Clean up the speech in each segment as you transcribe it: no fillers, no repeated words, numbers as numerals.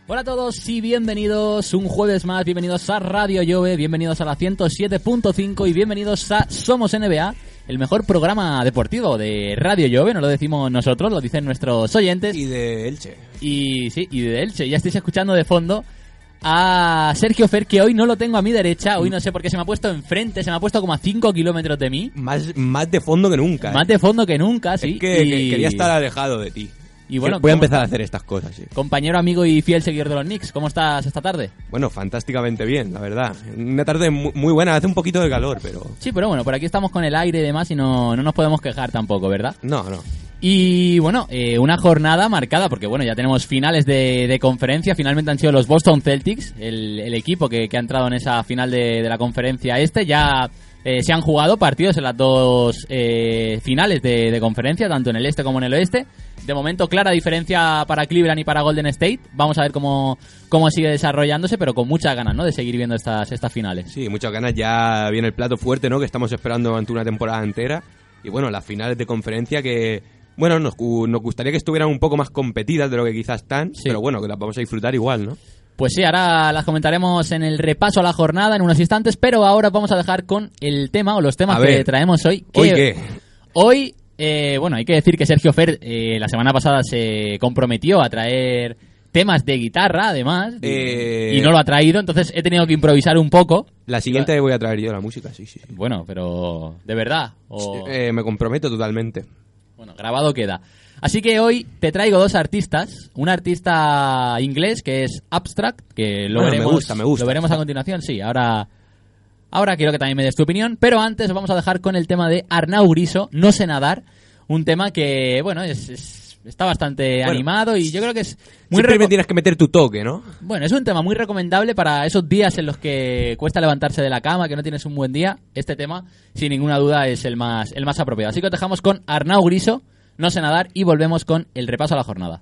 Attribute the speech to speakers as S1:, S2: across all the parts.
S1: Hola a todos y bienvenidos un jueves más, bienvenidos a Radio Jove, bienvenidos a la 107.5 y bienvenidos a Somos NBA, el mejor programa deportivo de Radio Jove, no lo decimos nosotros, lo dicen nuestros oyentes.
S2: Y de Elche.
S1: Y sí, y de Elche. Ya estáis escuchando de fondo a Sergio Fer, que hoy no lo tengo a mi derecha, hoy no sé por qué se me ha puesto enfrente, se me ha puesto como a 5 kilómetros de mí.
S2: Más de fondo que nunca.
S1: Más de fondo que nunca, sí.
S2: Es que quería estar alejado de ti.
S1: Y bueno,
S2: voy a empezar a hacer estas cosas, sí.
S1: Compañero, amigo y fiel seguidor de los Knicks, ¿cómo estás esta tarde?
S2: Bueno, fantásticamente bien, la verdad. Una tarde muy buena, hace un poquito de calor, pero...
S1: Sí, pero bueno, por aquí estamos con el aire y demás y no nos podemos quejar tampoco, ¿verdad?
S2: No.
S1: Y bueno, una jornada marcada, porque bueno, ya tenemos finales de conferencia, finalmente han sido los Boston Celtics, el equipo que ha entrado en esa final de la conferencia ya... se han jugado partidos en las dos finales de conferencia, tanto en el este como en el oeste. De momento, clara diferencia para Cleveland y para Golden State. Vamos a ver cómo sigue desarrollándose, pero con muchas ganas, ¿no?, de seguir viendo estas finales.
S2: Sí, muchas ganas. Ya viene el plato fuerte, ¿no?, que estamos esperando durante una temporada entera. Y bueno, las finales de conferencia que... Bueno, nos gustaría que estuvieran un poco más competidas de lo que quizás están, sí. Pero bueno, que las vamos a disfrutar igual, ¿no?
S1: Pues sí, ahora las comentaremos en el repaso a la jornada en unos instantes, pero ahora vamos a dejar con el tema o los temas que traemos hoy.
S2: ¿Hoy qué?
S1: Hoy, bueno, hay que decir que Sergio Fer la semana pasada se comprometió a traer temas de guitarra, además, y no lo ha traído, entonces he tenido que improvisar un poco.
S2: La siguiente voy a traer yo la música, sí.
S1: Bueno, pero ¿de verdad? ¿O...
S2: me comprometo totalmente.
S1: Bueno, grabado queda. Así que hoy te traigo dos artistas. Un artista inglés que es Abstract, que lo veremos.
S2: Me gusta.
S1: Lo veremos a continuación, sí. Ahora quiero que también me des tu opinión. Pero antes vamos a dejar con el tema de Arnau Griso, No sé nadar. Un tema que, bueno, está bastante animado y yo creo que es muy...
S2: Siempre me tienes que meter tu toque, ¿no?
S1: Bueno, es un tema muy recomendable para esos días en los que cuesta levantarse de la cama, que no tienes un buen día. Este tema, sin ninguna duda, es el más apropiado. Así que os dejamos con Arnau Griso, No sé nadar, y volvemos con el repaso a la jornada.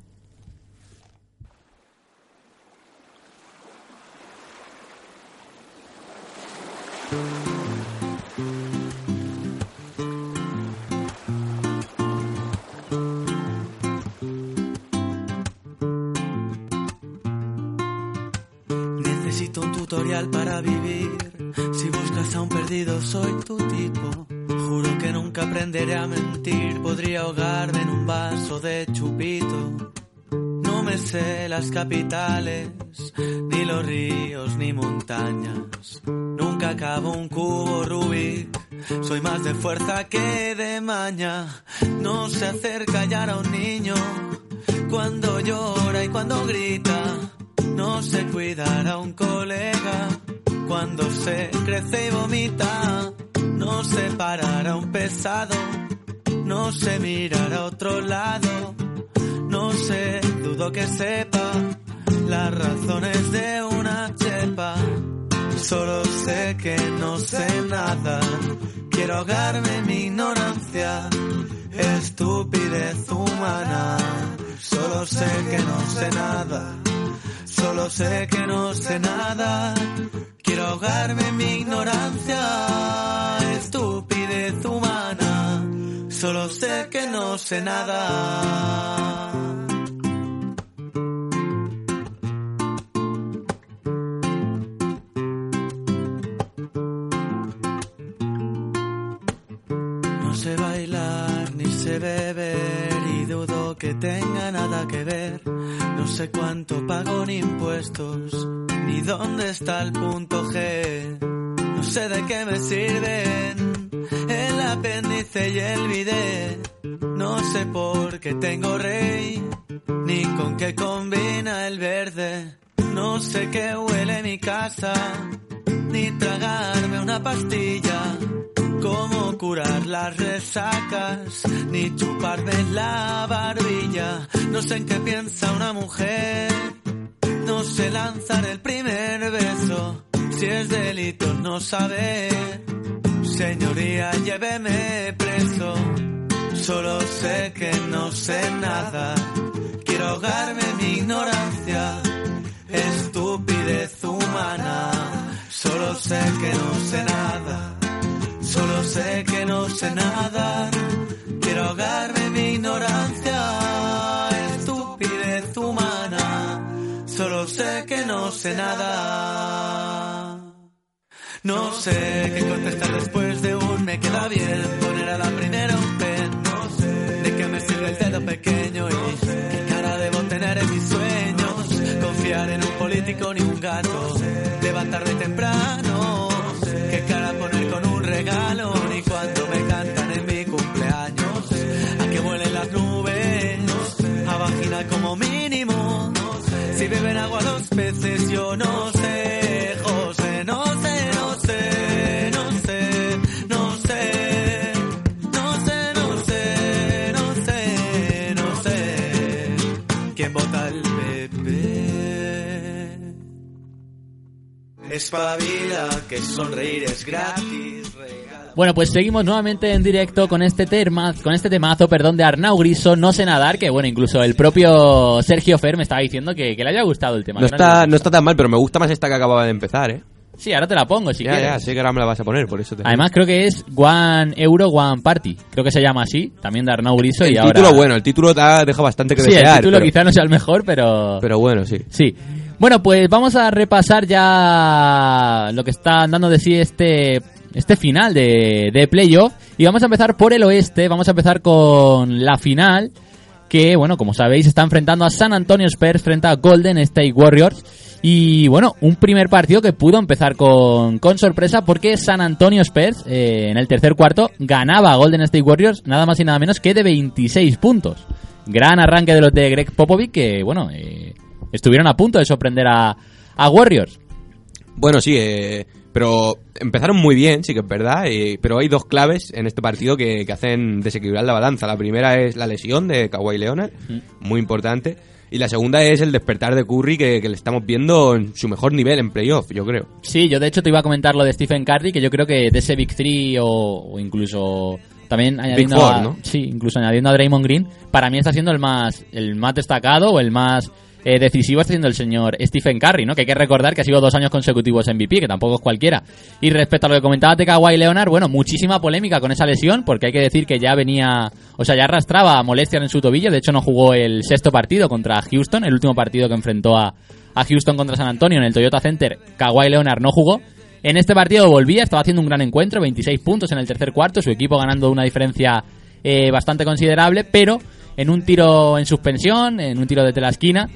S3: Necesito un tutorial para vivir. Si buscas a un perdido, soy tu tipo. Juro que nunca aprenderé a mentir. Podría ahogarme en un vaso de chupito. No me sé las capitales, ni los ríos, ni montañas. Nunca acabo un cubo Rubik. Soy más de fuerza que de maña. No sé hacer callar a un niño cuando llora y cuando grita. No sé cuidar a un colega cuando se crece y vomita. No sé parar a un pesado, no sé mirar a otro lado. No sé, dudo que sepa las razones de una chepa. Solo sé que no sé nada. Quiero ahogarme en mi ignorancia, estupidez humana. Solo sé que no sé nada. Solo sé que no sé nada. Quiero ahogarme en mi ignorancia, estupidez humana. Solo sé que no sé nada. No sé bailar ni sé beber y dudo que tenga nada que ver. No sé cuánto pago en impuestos, ni dónde está el punto G. No sé de qué me sirven el apéndice y el bidet. No sé por qué tengo rey, ni con qué combina el verde. No sé qué huele mi casa, ni tragarme una pastilla. Cómo curar las resacas, ni chuparme la barbilla. No sé en qué piensa una mujer, no sé lanzar el primer beso. Si es delito no saber, señoría lléveme preso. Solo sé que no sé nada. Quiero ahogarme en mi ignorancia, estupidez humana. Solo sé que no sé nada. Solo sé que no sé nada. Quiero ahogarme en mi ignorancia, estupidez humana. Solo sé sé nada. No sé qué contestar después de un me queda bien. Poner a la primera un pen. No sé de qué me sirve el dedo pequeño y qué cara debo tener en mis sueños. Confiar en un político ni un gato. Levantarme temprano. Qué cara poner con un regalo. Ni cuando me cantan en mi cumpleaños. A que vuelen las nubes. A vagina como mínimo. Si beben agua los peces yo no sé, José, no sé, no sé, no sé, no sé, no sé, no sé, no sé, no sé, ¿quién vota el PP? Espabila, que sonreír es gratis.
S1: Bueno, pues seguimos nuevamente en directo con este temazo, de Arnau Griso, No sé nadar, que bueno, incluso el propio Sergio Fer me estaba diciendo que le haya gustado el tema.
S2: No está tan mal, pero me gusta más esta que acababa de empezar, ¿eh?
S1: Sí, ahora te la pongo si quieres.
S2: Ya, sé que ahora me la vas a poner, por eso te...
S1: Además creo que es One Euro, One Party. Creo que se llama así, también de Arnau Griso.
S2: El título, bueno, el título te ha dejado bastante que desear.
S1: Sí, el título quizá no sea el mejor, pero...
S2: Pero bueno, sí.
S1: Sí. Bueno, pues vamos a repasar ya lo que está dando de sí este final de playoff. Y vamos a empezar por el oeste. Vamos a empezar con la final, que, bueno, como sabéis, está enfrentando a San Antonio Spurs frente a Golden State Warriors. Y, bueno, un primer partido que pudo empezar con sorpresa, porque San Antonio Spurs, en el tercer cuarto, ganaba a Golden State Warriors nada más y nada menos que de 26 puntos. Gran arranque de los de Greg Popovich, que, bueno, estuvieron a punto de sorprender a Warriors.
S2: Bueno, sí, pero empezaron muy bien, sí que es verdad, pero hay dos claves en este partido que hacen desequilibrar la balanza. La primera es la lesión de Kawhi Leonard, muy importante, y la segunda es el despertar de Curry, que le estamos viendo en su mejor nivel en playoff, yo creo. Sí,
S1: yo de hecho te iba a comentar lo de Stephen Curry, que yo creo que de ese Big Three o incluso... También añadiendo
S2: Big Four, ¿no?
S1: Sí, incluso añadiendo a Draymond Green, para mí está siendo el más destacado o el más decisivo, está siendo el señor Stephen Curry, ¿no? Que hay que recordar que ha sido 2 años consecutivos MVP, que tampoco es cualquiera. Y respecto a lo que comentabas de Kawhi Leonard, bueno, muchísima polémica con esa lesión, porque hay que decir que ya venía, o sea, ya arrastraba molestias en su tobillo. De hecho no jugó el sexto partido contra Houston, el último partido que enfrentó a Houston contra San Antonio en el Toyota Center. Kawhi Leonard no jugó. En este partido volvía, estaba haciendo un gran encuentro, 26 puntos en el tercer cuarto, su equipo ganando una diferencia bastante considerable, pero en un tiro en suspensión, en un tiro desde la esquina,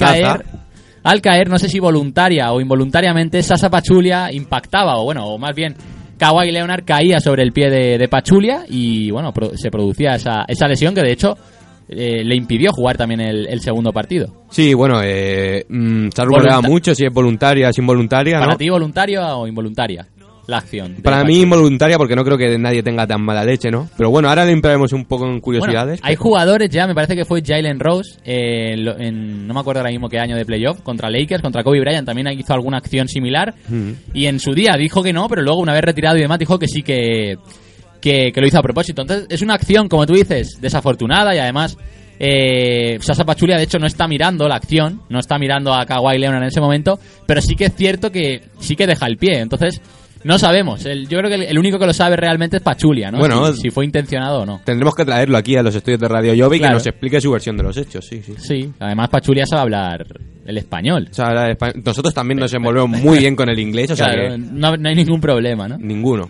S1: al caer, no sé si voluntaria o involuntariamente, Sasa Pachulia impactaba, o más bien Kawhi Leonard caía sobre el pie de Pachulia y bueno, se producía esa lesión que de hecho le impidió jugar también el segundo partido.
S2: Sí, bueno, se ha rumoreado mucho si es voluntaria, es involuntaria, ¿no?
S1: ¿Para ti voluntaria o involuntaria la acción?
S2: Para mí involuntaria, porque no creo que nadie tenga tan mala leche, ¿no? Pero bueno, ahora le entraremos un poco en curiosidades.
S1: Bueno, hay jugadores ya, me parece que fue Jalen Rose, no me acuerdo ahora mismo qué año de playoff, contra Lakers, contra Kobe Bryant, también hizo alguna acción similar, y en su día dijo que no, pero luego una vez retirado y demás dijo que sí que lo hizo a propósito. Entonces es una acción, como tú dices, desafortunada, y además Sasa Pachulia de hecho no está mirando la acción, no está mirando a Kawhi Leonard en ese momento, pero sí que es cierto que sí que deja el pie. Entonces no sabemos, yo creo que el único que lo sabe realmente es Pachulia, ¿no?
S2: Bueno,
S1: si fue intencionado o no.
S2: Tendremos que traerlo aquí a los estudios de Radio Jovi, claro, que nos explique su versión de los hechos.
S1: Sí, además Pachulia sabe hablar el español.
S2: Nosotros también nos envolvemos muy bien con el inglés, o sea
S1: claro,
S2: que
S1: no hay ningún problema, ¿no?
S2: Ninguno.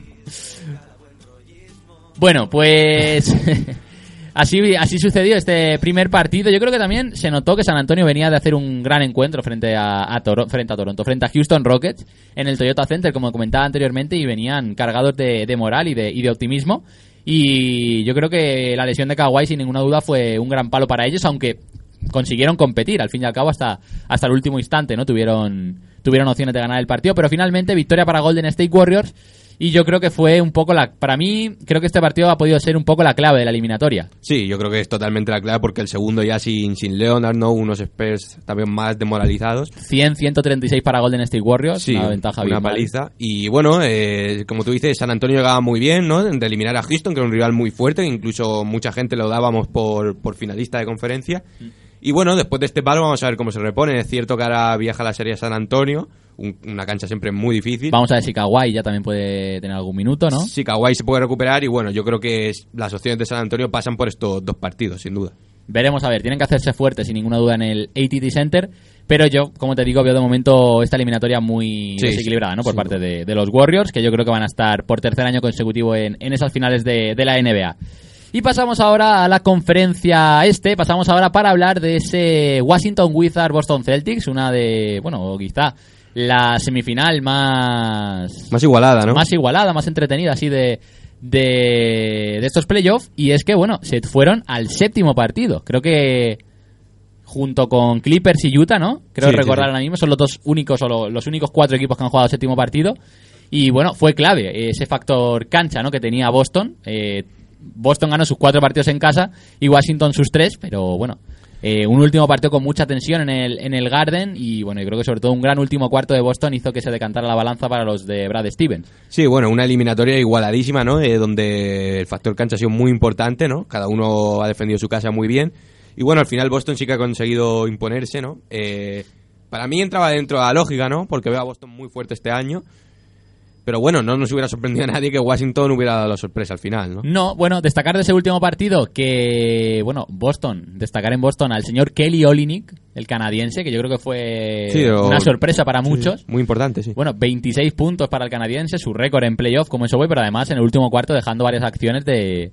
S1: Bueno, pues así sucedió este primer partido. Yo creo que también se notó que San Antonio venía de hacer un gran encuentro frente a Houston Rockets en el Toyota Center, como comentaba anteriormente, y venían cargados de moral y de optimismo. Y yo creo que la lesión de Kawhi sin ninguna duda fue un gran palo para ellos, aunque consiguieron competir al fin y al cabo hasta el último instante, ¿no? Tuvieron opciones de ganar el partido, pero finalmente victoria para Golden State Warriors. Y yo creo que fue un poco para mí, creo que este partido ha podido ser un poco la clave de la eliminatoria.
S2: Sí, yo creo que es totalmente la clave, porque el segundo ya sin Leonard, ¿no? Unos Spurs también más desmoralizados.
S1: 100-136 para Golden State Warriors, sí, una ventaja
S2: una paliza. Y bueno, como tú dices, San Antonio llegaba muy bien, ¿no? De eliminar a Houston, que era un rival muy fuerte, incluso mucha gente lo dábamos por finalista de conferencia. Y bueno, después de este palo vamos a ver cómo se repone. Es cierto que ahora viaja la serie a San Antonio, una cancha siempre muy difícil.
S1: Vamos a ver si Kawhi ya también puede tener algún minuto, ¿no?
S2: Si Kawhi se puede recuperar, y bueno, yo creo que las opciones de San Antonio pasan por estos dos partidos, sin duda.
S1: Veremos a ver, tienen que hacerse fuertes sin ninguna duda en el AT&T Center, pero yo, como te digo, veo de momento esta eliminatoria muy desequilibrada, ¿no? Por parte de los Warriors, que yo creo que van a estar por tercer año consecutivo en esas finales de la NBA. Y pasamos ahora a la conferencia pasamos ahora para hablar de ese Washington Wizards Boston Celtics, una de, bueno, quizá la semifinal más
S2: igualada, ¿no?
S1: Más igualada, más entretenida así de estos playoffs, y es que, bueno, se fueron al séptimo partido. Creo que junto con Clippers y Utah, ¿no? Creo recordar ahora mismo, son los dos únicos o los únicos 4 equipos que han jugado el séptimo partido. Y bueno, fue clave ese factor cancha, ¿no? Que tenía Boston. Boston ganó sus 4 partidos en casa y Washington sus 3, pero bueno, un último partido con mucha tensión en el Garden, y bueno, yo creo que sobre todo un gran último cuarto de Boston hizo que se decantara la balanza para los de Brad Stevens.
S2: Sí, bueno, una eliminatoria igualadísima, ¿no? Donde el factor cancha ha sido muy importante, ¿no? Cada uno ha defendido su casa muy bien, y bueno, al final Boston sí que ha conseguido imponerse, ¿no? Para mí entraba dentro de la lógica, ¿no? Porque veo a Boston muy fuerte este año. Pero bueno, no nos hubiera sorprendido a nadie que Washington hubiera dado la sorpresa al final, ¿no?
S1: No, bueno, destacar de ese último partido que, bueno, destacar en Boston al señor Kelly Olynyk, el canadiense, que yo creo que fue una sorpresa para muchos.
S2: Muy importante, sí.
S1: Bueno, 26 puntos para el canadiense, su récord en playoff, como eso fue, pero además en el último cuarto dejando varias acciones de...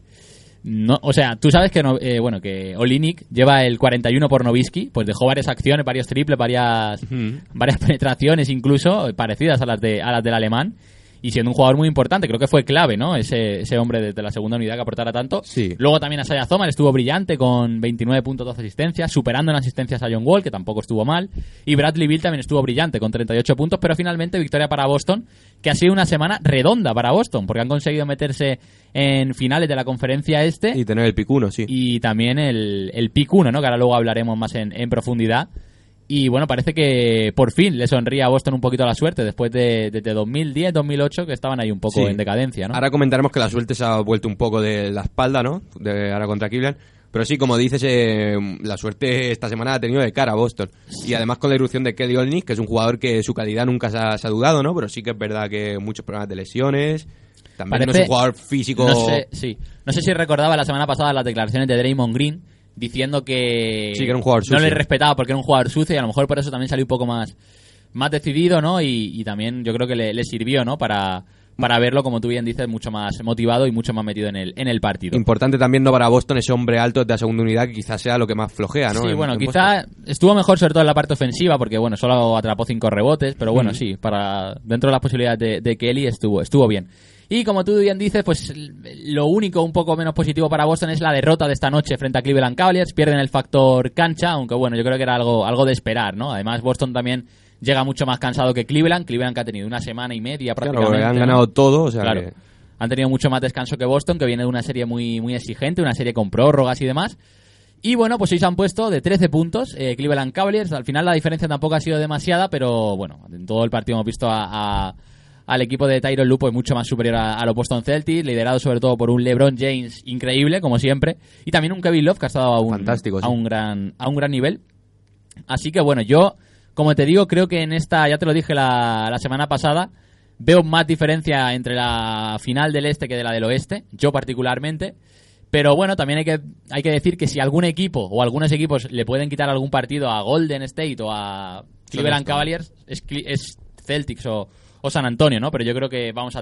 S1: No, o sea, tú sabes que que Olynyk lleva el 41 por Nowitzki, pues dejó varias acciones, varios triples, varias penetraciones incluso parecidas a las del alemán, y siendo un jugador muy importante. Creo que fue clave, ¿no? Ese hombre desde la segunda unidad que aportara tanto.
S2: Sí.
S1: Luego también Isaiah Thomas estuvo brillante con 29 puntos, 12 asistencias, superando en asistencias a John Wall, que tampoco estuvo mal, y Bradley Beal también estuvo brillante con 38 puntos, pero finalmente victoria para Boston, que ha sido una semana redonda para Boston, porque han conseguido meterse en finales de la conferencia
S2: y tener el pick 1, sí.
S1: Y también el pick 1, ¿no? Que ahora luego hablaremos más en profundidad. Y bueno, parece que por fin le sonríe a Boston un poquito la suerte después de 2010-2008, que estaban ahí un poco en decadencia, ¿no?
S2: Ahora comentaremos que la suerte se ha vuelto un poco de la espalda, ¿no? Ahora contra Cleveland. Pero sí, como dices, la suerte esta semana ha tenido de cara a Boston. Sí. Y además con la irrupción de Kelly Olynyk, que es un jugador que su calidad nunca se ha dudado, ¿no? Pero sí que es verdad que muchos problemas de lesiones. También no es un jugador físico...
S1: No sé si recordaba la semana pasada las declaraciones de Draymond Green, diciendo que
S2: era un jugador sucio.
S1: No le respetaba porque era un jugador sucio, y a lo mejor por eso también salió un poco más decidido, ¿no? Y también yo creo que le sirvió, ¿no? Para verlo, como tú bien dices, mucho más motivado y mucho más metido en el partido.
S2: Importante también, ¿no? Para Boston, ese hombre alto de la segunda unidad, que quizás sea lo que más flojea, ¿no?
S1: Sí, bueno, quizá estuvo mejor sobre todo en la parte ofensiva, porque bueno, solo atrapó 5 rebotes, pero bueno, sí, dentro de las posibilidades de Kelly estuvo bien. Y como tú bien dices, pues lo único un poco menos positivo para Boston es la derrota de esta noche frente a Cleveland Cavaliers. Pierden el factor cancha, aunque bueno, yo creo que era algo de esperar, ¿no? Además, Boston también llega mucho más cansado que Cleveland. Cleveland, que ha tenido una semana y media prácticamente.
S2: Claro, han ganado todo, o sea
S1: claro,
S2: que...
S1: Han tenido mucho más descanso que Boston, que viene de una serie muy, muy exigente, una serie con prórrogas y demás. Y bueno, pues hoy se han puesto de 13 puntos Cleveland Cavaliers. Al final la diferencia tampoco ha sido demasiada, pero bueno, en todo el partido hemos visto al equipo de Tyronn Lue pues mucho más superior a los Boston Celtics, liderado sobre todo por un LeBron James increíble, como siempre, y también un Kevin Love que ha estado a un gran nivel. Así que bueno, yo, como te digo, creo que en esta, ya te lo dije la semana pasada, veo más diferencia entre la final del este que de la del oeste, yo particularmente. Pero bueno, también hay que decir que si algún equipo o algunos equipos le pueden quitar algún partido a Golden State o a Cleveland Cavaliers, es Celtics o San Antonio, ¿no? Pero yo creo que vamos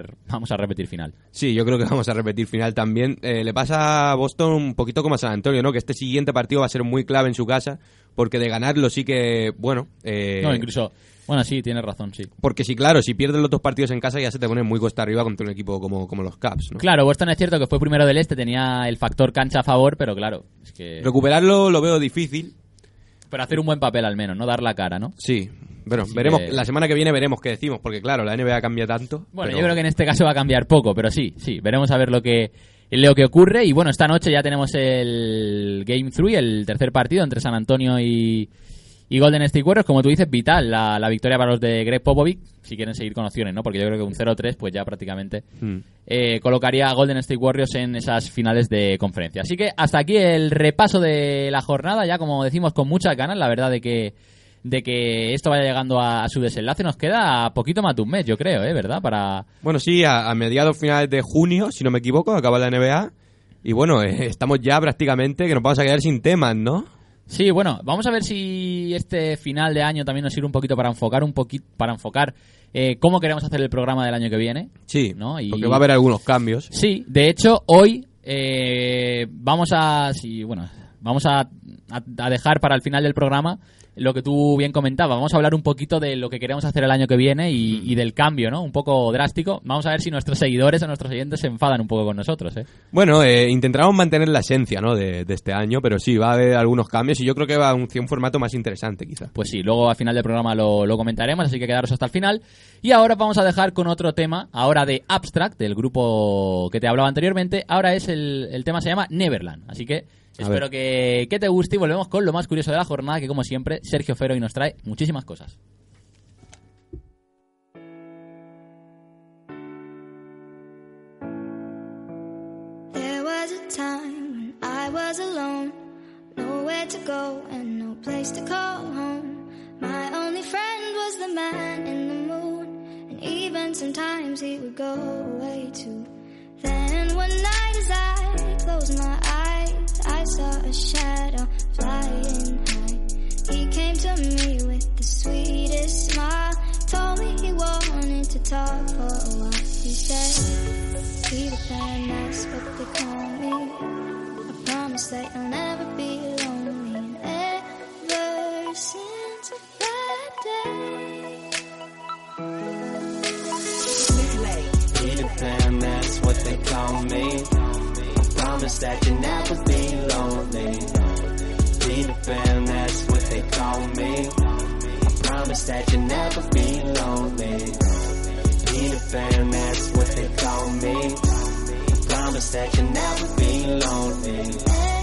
S1: a repetir final.
S2: Sí, yo creo que vamos a repetir final también. Le pasa a Boston un poquito como a San Antonio, ¿no? Que este siguiente partido va a ser muy clave en su casa, porque de ganarlo sí que, bueno...
S1: No, incluso... Bueno, sí, tienes razón, sí.
S2: Porque sí, claro, si pierdes los dos partidos en casa ya se te pone muy cuesta arriba contra un equipo como los Cavs, ¿no?
S1: Claro, Boston es cierto que fue primero del este, tenía el factor cancha a favor, pero claro, es que...
S2: Recuperarlo lo veo difícil.
S1: Pero hacer un buen papel al menos, ¿no? Dar la cara, ¿no?
S2: Sí. Bueno, veremos, la semana que viene veremos qué decimos, porque claro, la NBA cambia tanto.
S1: Bueno, yo creo que en este caso va a cambiar poco, pero sí, veremos a ver lo que ocurre. Y bueno, esta noche ya tenemos el Game 3, el tercer partido entre San Antonio y Golden State Warriors. Como tú dices, vital la victoria para los de Greg Popovich, si quieren seguir con opciones, ¿no? Porque yo creo que un 0-3 pues ya prácticamente colocaría a Golden State Warriors en esas finales de conferencia. Así que hasta aquí el repaso de la jornada, ya como decimos con muchas ganas, la verdad de que esto vaya llegando a su desenlace. Nos queda poquito más de un mes, yo creo, ¿verdad?
S2: Bueno, sí, a mediados finales de junio, si no me equivoco, acaba la NBA. Y bueno, estamos ya prácticamente que nos vamos a quedar sin temas, ¿no?
S1: Sí, bueno, vamos a ver si este final de año también nos sirve un poquito para enfocar cómo queremos hacer el programa del año que viene.
S2: Sí,
S1: ¿no? Y
S2: porque va a haber algunos cambios.
S1: Sí, de hecho, hoy vamos a dejar para el final del programa lo que tú bien comentabas. Vamos a hablar un poquito de lo que queremos hacer el año que viene y del cambio, ¿no? Un poco drástico. Vamos a ver si nuestros seguidores o nuestros oyentes se enfadan un poco con nosotros, ¿eh?
S2: Bueno, intentaremos mantener la esencia, ¿no? de este año, pero sí, va a haber algunos cambios y yo creo que va a un formato más interesante, quizá.
S1: Pues sí, luego al final del programa lo comentaremos, así que quedaros hasta el final. Y ahora vamos a dejar con otro tema, ahora de Abstract, del grupo que te hablaba anteriormente. Ahora es el tema se llama Neverland, así que espero que te guste y volvemos con lo más curioso de la jornada, que como siempre, Sergio Fero hoy nos trae muchísimas cosas.
S4: There was a time when I was alone, nowhere to go and no place to call home. My only friend was the man in the moon, and even sometimes he would go away too. Then one night as I closed my eyes, I saw a shadow flying high. He came to me with the sweetest smile, told me he wanted to talk for a while. He said, Peter Pan, that's what they call me. I promise that you'll never be lonely. And ever since that day,
S5: Peter Pan, that's what they call me. I promise that you'll never be lonely. Peter Pan, that's what they call me. I promise that you'll never be lonely. Peter Pan, that's what they call me. I promise that you'll never be lonely.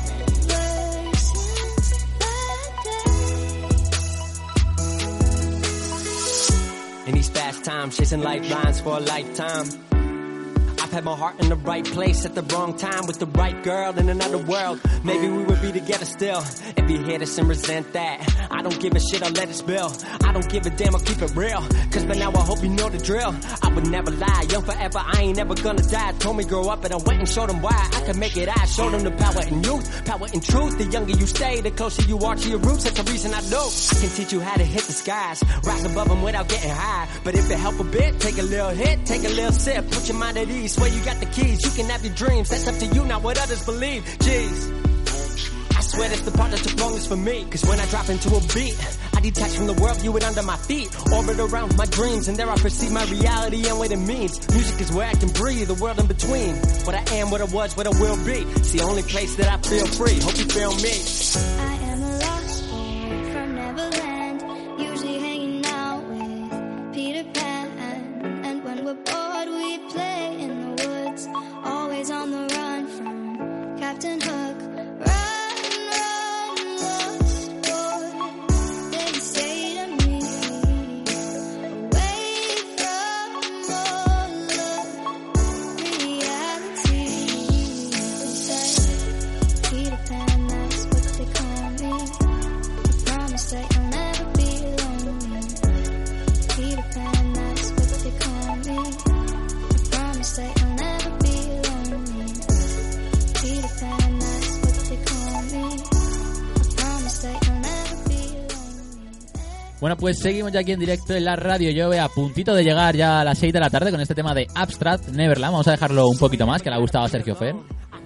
S5: In these fast times, chasing lifelines for a lifetime. I've had my heart in the right place at the wrong time with the right girl in another world. Maybe we would be together still if you hate us and resent that. I don't give a shit, I'll let it spill. I don't give a damn, I'll keep it real. Cause by now I hope you know the drill. I would never lie, young forever, I ain't never gonna die. Told me grow up and I went and showed them why I could make it. I showed them the power in youth, power in truth. The younger you stay, the closer you are to your roots. That's the reason I know I can teach you how to hit the skies, rise above them without getting high. But if it help a bit, take a little hit, take a little sip, put your mind at ease. Swear you got the keys, you can have your dreams. That's up to you, not what others believe. Jeez, I swear that's the part that took longest for me. Cause when I drop into a beat, I detach from the world, view it under my feet. Orbit around my dreams, and there I perceive my reality and what it means. Music is where I can breathe, the world in between. What I am, what I was, what I will be. It's the only place that I feel free. Hope you feel me.
S4: I am a lost boy from Neverland, usually hanging out with Peter Pan. And when we're bored, we play in the woods, always on the run from Captain Hook. Run, run, lost boy, they say to me, away from all of reality. They say, Peter Pan, that's what they call me. I promise that you'll never be lonely. Peter Pan, that's what they call me. I promise that you'll never be lonely. Peter Pan, that's what they call me. I promise that you'll never be lonely.
S1: Bueno, pues seguimos ya aquí en directo en la radio. Yo a puntito de llegar ya a las 6 de la tarde con este tema de Abstract, Neverland. Vamos a dejarlo un poquito más, que le ha gustado a Sergio Fer.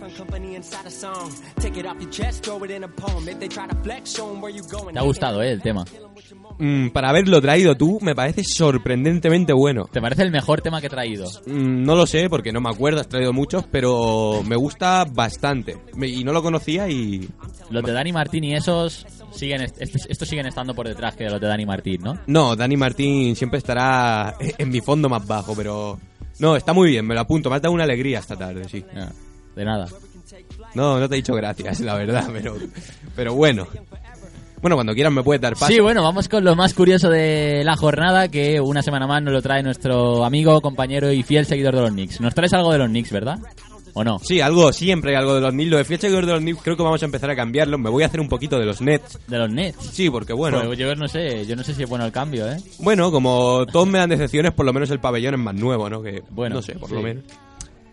S1: ¿Te ha gustado, el tema?
S2: Para haberlo traído tú, me parece sorprendentemente bueno.
S1: ¿Te parece el mejor tema que he traído?
S2: No lo sé, porque no me acuerdo, has traído muchos, pero me gusta bastante. Y no lo conocía y...
S1: Los de Dani Martín y esos estos siguen estando por detrás que los de Dani Martín, ¿no?
S2: No, Dani Martín siempre estará en mi fondo más bajo, pero... No, está muy bien, me lo apunto. Me ha dado una alegría esta tarde, sí.
S1: No, de nada.
S2: No te he dicho gracias, la verdad, pero bueno. Bueno, cuando quieras me puedes dar paso.
S1: Sí, bueno, vamos con lo más curioso de la jornada, que una semana más nos lo trae nuestro amigo, compañero y fiel seguidor de los Knicks. Nos traes algo de los Knicks, ¿verdad? ¿O no?
S2: Sí, siempre hay algo de los Knicks. Lo de fiel seguidor de los Knicks creo que vamos a empezar a cambiarlo. Me voy a hacer un poquito de los Nets.
S1: ¿De los Nets?
S2: Sí, porque bueno...
S1: Pues yo no sé si es bueno el cambio, ¿eh?
S2: Bueno, como todos me dan decepciones, por lo menos el pabellón es más nuevo, ¿no? Que,
S1: bueno,
S2: no sé, por
S1: sí.
S2: lo menos...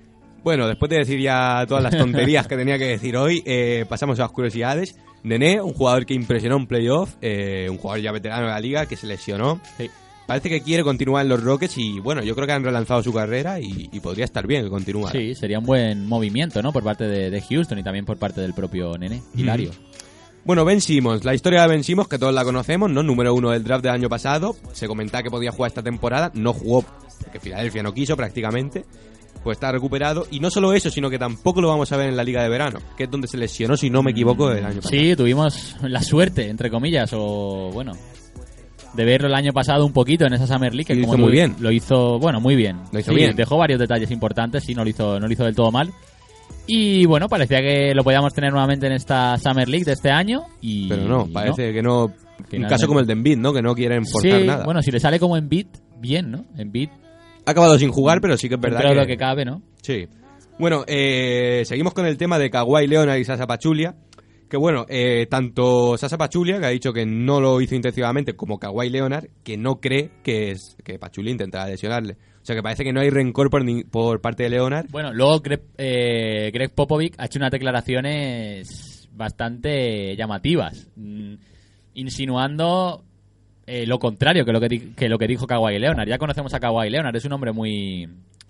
S2: Bueno, después de decir ya todas las tonterías que tenía que decir hoy, pasamos a las curiosidades. Nene, un jugador que impresionó en playoff, un jugador ya veterano de la liga que se lesionó.
S1: Sí.
S2: Parece que quiere continuar en los Rockets y bueno, yo creo que han relanzado su carrera y podría estar bien que continúe.
S1: Sí, sería un buen movimiento, ¿no? Por parte de Houston y también por parte del propio Nene, Hilario.
S2: Bueno, Ben Simmons, la historia de Ben Simmons que todos la conocemos, ¿no? Número 1 del draft del año pasado. Se comentaba que podía jugar esta temporada, no jugó porque Filadelfia no quiso prácticamente. Pues está recuperado y no solo eso, sino que tampoco lo vamos a ver en la Liga de Verano, que es donde se lesionó, si no me equivoco, el año pasado.
S1: Sí, tuvimos la suerte, entre comillas, o bueno, de verlo el año pasado un poquito en esa Summer League. Que
S2: lo
S1: como
S2: hizo muy bien.
S1: Lo hizo, bueno, muy bien.
S2: Lo hizo
S1: sí,
S2: bien.
S1: Dejó varios detalles importantes, sí, no lo hizo del todo mal. Y bueno, parecía que lo podíamos tener nuevamente en esta Summer League de este año.
S2: Pero no, parece que no. Un caso como el de Embiid, ¿no? Que no quieren forzar nada.
S1: Bueno, si le sale como Embiid, bien, ¿no? Embiid
S2: ha acabado sin jugar, pero sí que es verdad
S1: que lo que cabe, ¿no?
S2: Sí. Bueno, seguimos con el tema de Kawhi Leonard y Sasa Pachulia. Que bueno, tanto Sasa Pachulia, que ha dicho que no lo hizo intencionadamente, como Kawhi Leonard, que no cree que Pachulia intentará lesionarle. O sea que parece que no hay rencor por parte de Leonard.
S1: Bueno, luego Greg Popovich ha hecho unas declaraciones bastante llamativas, insinuando lo contrario que lo que dijo Kawhi Leonard. Ya conocemos a Kawhi Leonard, es un hombre muy,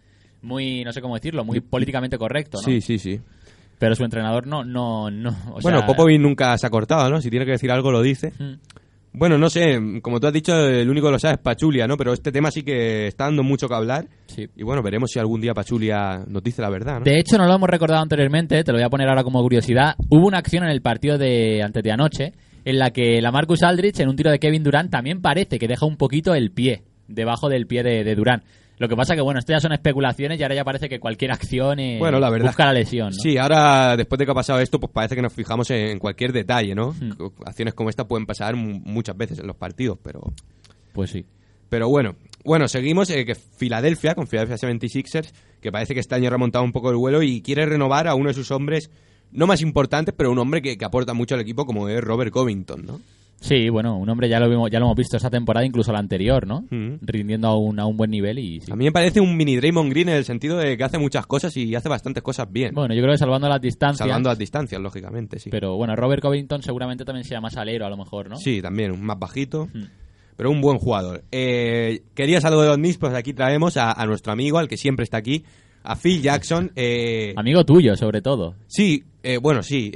S1: no sé cómo decirlo, muy políticamente correcto, ¿no?
S2: Sí.
S1: Pero su entrenador no.
S2: Bueno, Popovich nunca se ha cortado, ¿no? Si tiene que decir algo lo dice. Bueno, no sé, como tú has dicho, el único que lo sabe es Pachulia, ¿no? Pero este tema sí que está dando mucho que hablar.
S1: Sí.
S2: Y bueno, veremos si algún día Pachulia nos dice la verdad, ¿no?
S1: De hecho, no lo hemos recordado anteriormente, te lo voy a poner ahora como curiosidad. Hubo una acción en el partido de antes de anoche en la que LaMarcus Aldridge, en un tiro de Kevin Durant, también parece que deja un poquito el pie, debajo del pie de Durant. Lo que pasa que, bueno, esto ya son especulaciones y ahora ya parece que cualquier acción
S2: bueno, la verdad,
S1: busca la lesión, ¿no?
S2: Sí, ahora, después de que ha pasado esto, pues parece que nos fijamos en cualquier detalle, ¿no? Acciones como esta pueden pasar muchas veces en los partidos, pero...
S1: Pues sí.
S2: Pero bueno, seguimos que Filadelfia, con Philadelphia 76ers, que parece que este año ha remontado un poco el vuelo y quiere renovar a uno de sus hombres, no más importantes, pero un hombre que aporta mucho al equipo, como es Robert Covington, ¿no?
S1: Sí, bueno, un hombre ya lo hemos visto esta temporada, incluso la anterior, ¿no? Rindiendo a un buen nivel y... Sí.
S2: A mí me parece un mini Draymond Green en el sentido de que hace muchas cosas y hace bastantes cosas bien.
S1: Bueno, yo creo que salvando las distancias.
S2: Salvando las distancias, lógicamente, sí.
S1: Pero bueno, Robert Covington seguramente también sea más alero, a lo mejor, ¿no?
S2: Sí, también, más bajito, pero un buen jugador. Querías algo de los Knicks, pues aquí traemos a nuestro amigo, al que siempre está aquí, a Phil Jackson.
S1: Amigo tuyo, sobre todo.
S2: Sí, bueno, sí.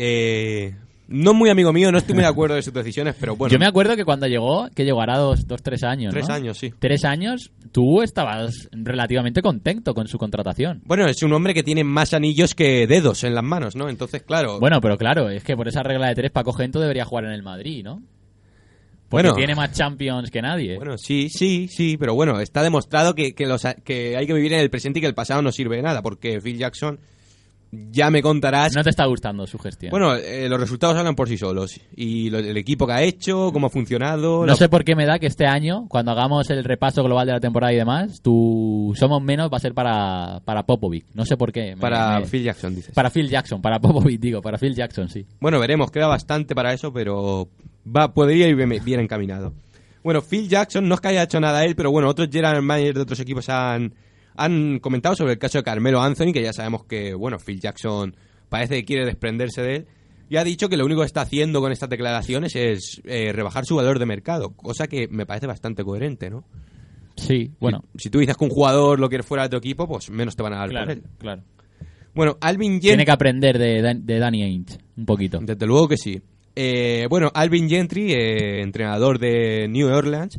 S2: No muy amigo mío, no estoy muy de acuerdo de sus decisiones, pero bueno.
S1: Yo me acuerdo que cuando llegó, que llegará 3 años,
S2: 3
S1: ¿no?
S2: años, sí.
S1: 3 años, tú estabas relativamente contento con su contratación.
S2: Bueno, es un hombre que tiene más anillos que dedos en las manos, ¿no? Entonces, claro...
S1: Bueno, pero claro, es que por esa regla de 3, Paco Gento debería jugar en el Madrid, ¿no? Porque tiene más Champions que nadie.
S2: Bueno, sí, pero bueno, está demostrado que hay que vivir en el presente y que el pasado no sirve de nada, porque Phil Jackson... Ya me contarás.
S1: No te está gustando su gestión.
S2: Bueno, los resultados hablan por sí solos. Y el equipo que ha hecho, cómo ha funcionado...
S1: No sé por qué me da que este año, cuando hagamos el repaso global de la temporada y demás, Somos Menos va a ser para Popovich. No sé por qué.
S2: Phil Jackson, dices.
S1: Para Phil Jackson, para Popovich, para Phil Jackson, sí.
S2: Bueno, veremos. Queda bastante para eso, pero podría ir bien encaminado. Bueno, Phil Jackson, no es que haya hecho nada él, pero bueno, otros general managers de otros equipos han comentado sobre el caso de Carmelo Anthony, que ya sabemos que, bueno, Phil Jackson parece que quiere desprenderse de él, y ha dicho que lo único que está haciendo con estas declaraciones es rebajar su valor de mercado, cosa que me parece bastante coherente, ¿no?
S1: Sí, bueno.
S2: Si tú dices que un jugador lo quiere fuera de tu equipo, pues menos te van a dar por él.
S1: Claro.
S2: Bueno, Alvin Gentry...
S1: Tiene que aprender de Danny Ainge, un poquito.
S2: Desde luego que sí. Bueno, Alvin Gentry, entrenador de New Orleans,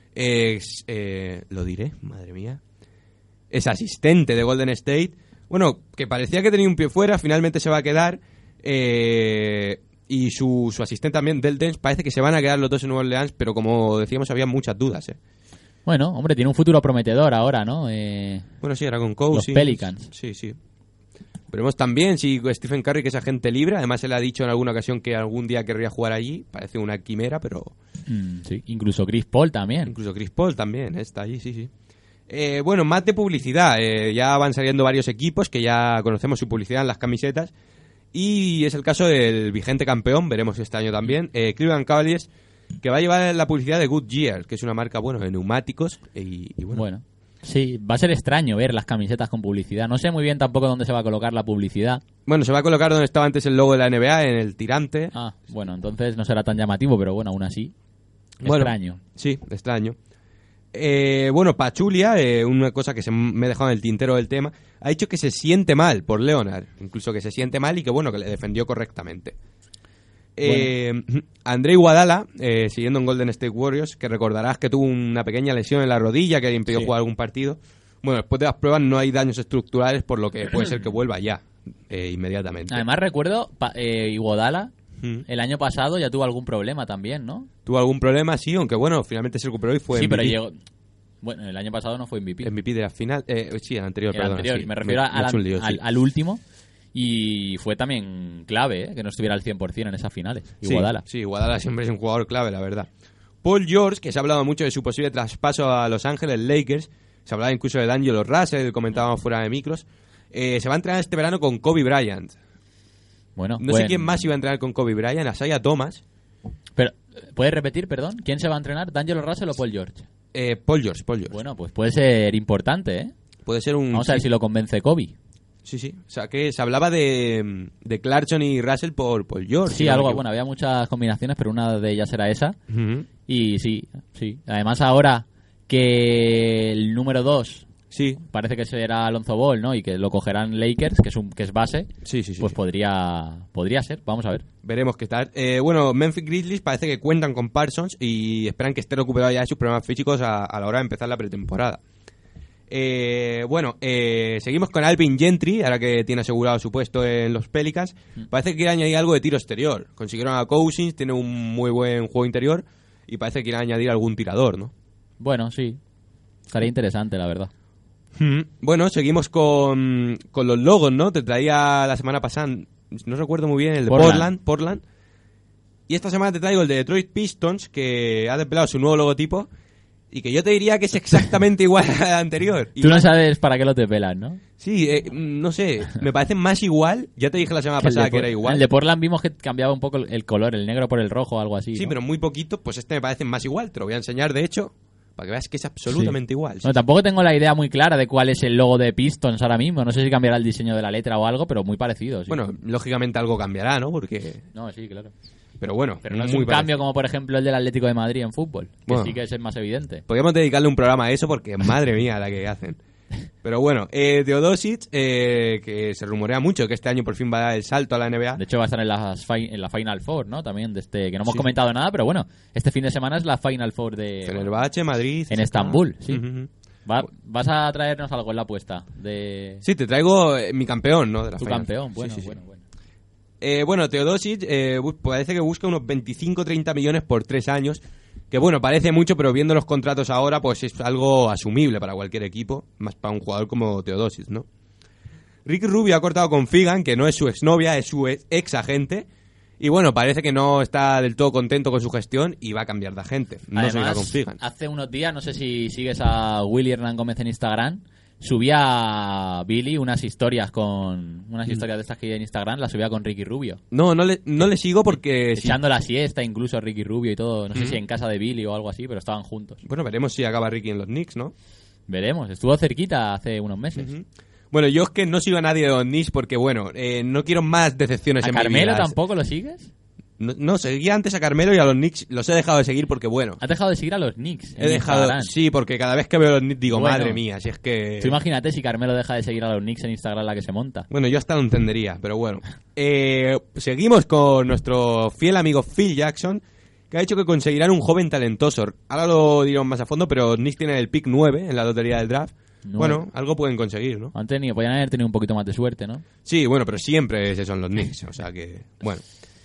S2: lo diré, madre mía... Es asistente de Golden State. Bueno, que parecía que tenía un pie fuera, finalmente se va a quedar. Y su asistente también, Del Dance, parece que se van a quedar los dos en Nueva Orleans, pero como decíamos, había muchas dudas.
S1: Bueno, hombre, tiene un futuro prometedor ahora, ¿no?
S2: Bueno, sí, era con Cousins.
S1: Los Pelicans.
S2: Sí. Veremos también si Stephen Curry, que es agente libre, además él ha dicho en alguna ocasión que algún día querría jugar allí. Parece una quimera, pero...
S1: sí, incluso Chris Paul también.
S2: Está allí, sí. Bueno, más de publicidad. Ya van saliendo varios equipos que ya conocemos su publicidad en las camisetas. Y es el caso del vigente campeón, veremos este año también, Cleveland Cavaliers, que va a llevar la publicidad de Goodyear, que es una marca, bueno, de neumáticos. Y bueno.
S1: Sí, va a ser extraño ver las camisetas con publicidad. No sé muy bien tampoco dónde se va a colocar la publicidad.
S2: Bueno, se va a colocar donde estaba antes el logo de la NBA, en el tirante.
S1: Ah, bueno, entonces no será tan llamativo, pero bueno, aún así,
S2: Bueno,
S1: extraño.
S2: Sí, extraño. Bueno, Pachulia, una cosa que me he dejado en el tintero del tema, ha dicho que se siente mal por Leonard, incluso que se siente mal y que bueno, que le defendió correctamente. André Iguodala, siguiendo en Golden State Warriors, que recordarás que tuvo una pequeña lesión en la rodilla que le impidió jugar algún partido. Bueno, después de las pruebas no hay daños estructurales, por lo que puede ser que vuelva ya, inmediatamente.
S1: Además recuerdo, Iguodala, el año pasado ya tuvo algún problema también, ¿no?
S2: Tuvo algún problema, sí, aunque bueno, finalmente se recuperó y fue
S1: Sí,
S2: MVP.
S1: pero llegó... Bueno, el año pasado no fue MVP.
S2: MVP de la final. Sí, el anterior,
S1: El
S2: perdón.
S1: anterior,
S2: Sí.
S1: me refiero
S2: Me he hecho un lío, sí.
S1: al último. Y fue también clave, que no estuviera al 100% en esas finales. Iguodala.
S2: Sí, Iguodala siempre es un jugador clave, la verdad. Paul George, que se ha hablado mucho de su posible traspaso a Los Ángeles Lakers. Se hablaba incluso de D'Angelo Russell, comentábamos fuera de micros. Se va a entrenar este verano con Kobe Bryant.
S1: Bueno,
S2: No sé quién más iba a entrenar con Kobe Bryant, Isaiah Thomas.
S1: Pero, ¿puedes repetir, perdón? ¿Quién se va a entrenar? ¿D'Angelo Russell o Paul George?
S2: Paul George.
S1: Bueno, pues puede ser importante, ¿eh?
S2: Puede ser un...
S1: Vamos a ver si lo convence Kobe.
S2: Sí. O sea, que se hablaba de Clarkson y Russell por Paul George.
S1: Sí, algo, bueno, había muchas combinaciones, pero una de ellas era esa.
S2: Uh-huh.
S1: Y sí. Además, ahora que el número 2
S2: Sí.
S1: parece que será Alonzo Ball, ¿no? Y que lo cogerán Lakers, que es base.
S2: Sí.
S1: Pues podría ser. Vamos a ver.
S2: Veremos qué tal. Bueno, Memphis Grizzlies parece que cuentan con Parsons y esperan que esté recuperado ya de sus problemas físicos a la hora de empezar la pretemporada. Seguimos con Alvin Gentry, ahora que tiene asegurado su puesto en los Pelicans. Parece que quiere añadir algo de tiro exterior. Consiguieron a Cousins, tiene un muy buen juego interior y parece que quiere añadir algún tirador, ¿no?
S1: Bueno, sí. Estaría interesante, la verdad.
S2: Bueno, seguimos con los logos, ¿no? Te traía la semana pasada, no recuerdo muy bien, el de Portland. Y esta semana te traigo el de Detroit Pistons, que ha desvelado su nuevo logotipo y que yo te diría que es exactamente igual al anterior.
S1: Tú no sabes para qué lo te pelas, ¿no?
S2: Sí, no sé, me parece más igual. Ya te dije la semana pasada que era igual.
S1: El de Portland vimos que cambiaba un poco el color, el negro por el rojo o algo así.
S2: Sí,
S1: ¿no?
S2: pero muy poquito, pues este me parece más igual. Te lo voy a enseñar, de hecho, para que veas que es absolutamente igual.
S1: Bueno, tampoco tengo la idea muy clara de cuál es el logo de Pistons ahora mismo. No sé si cambiará el diseño de la letra o algo, pero muy parecido. Sí.
S2: Bueno, lógicamente algo cambiará, ¿no? Porque...
S1: No, sí, claro.
S2: Pero bueno,
S1: pero no es
S2: muy
S1: un
S2: parecido.
S1: cambio como, por ejemplo, el del Atlético de Madrid en fútbol, que
S2: Bueno,
S1: sí que es más evidente.
S2: Podríamos dedicarle un programa a eso porque, madre mía, la que hacen. Pero bueno, Teodosic, que se rumorea mucho que este año por fin va a dar el salto a la NBA.
S1: De hecho, va a estar en la Final Four, ¿no? También, que no hemos comentado nada, pero bueno, este fin de semana es la Final Four de...
S2: Fenerbahce, Madrid...
S1: En Estambul, sí.
S2: Uh-huh.
S1: ¿Vas a traernos algo en la apuesta?
S2: Sí, te traigo mi campeón, ¿no? De la
S1: tu
S2: Final
S1: campeón,
S2: Four.
S1: bueno,
S2: Sí.
S1: bueno.
S2: Teodosic parece que busca unos 25-30 millones por 3 años. Que bueno, parece mucho, pero viendo los contratos ahora, pues es algo asumible para cualquier equipo, más para un jugador como Teodosic, ¿no? Ricky Rubio ha cortado con Figan, que no es su exnovia, es su ex agente. Y bueno, parece que no está del todo contento con su gestión y va a cambiar de agente. No
S1: Además,
S2: se irá con Figan.
S1: Hace unos días, no sé si sigues a Willy Hernán Gómez en Instagram, subía a Billy unas historias de estas que hay en Instagram, las subía con Ricky Rubio.
S2: No le sigo porque...
S1: Echando la siesta incluso Ricky Rubio y todo. No sé si en casa de Billy o algo así, pero estaban juntos.
S2: Bueno, veremos si acaba Ricky en los Knicks, ¿no?
S1: Veremos. Estuvo cerquita hace unos meses.
S2: Bueno, yo es que no sigo a nadie de los Knicks porque, bueno, no quiero más decepciones
S1: ¿A
S2: en mi vida.
S1: Carmelo tampoco lo sigues?
S2: No, seguía antes a Carmelo y a los Knicks los he dejado de seguir porque, bueno...
S1: ¿Has dejado de seguir a los Knicks?
S2: He dejado...
S1: Instagram?
S2: Sí, porque cada vez que veo a los Knicks digo,
S1: Bueno,
S2: madre mía, si es que...
S1: Tú imagínate si Carmelo deja de seguir a los Knicks en Instagram, la que se monta.
S2: Bueno, yo hasta lo entendería, pero bueno. Seguimos con nuestro fiel amigo Phil Jackson, que ha dicho que conseguirán un joven talentoso. Ahora lo diremos más a fondo, pero los Knicks tienen el pick 9 en la lotería del draft. Bueno, algo pueden conseguir, ¿no?
S1: Podrían haber tenido un poquito más de suerte, ¿no?
S2: Sí, bueno, pero siempre esos son los Knicks, o sea que... Bueno...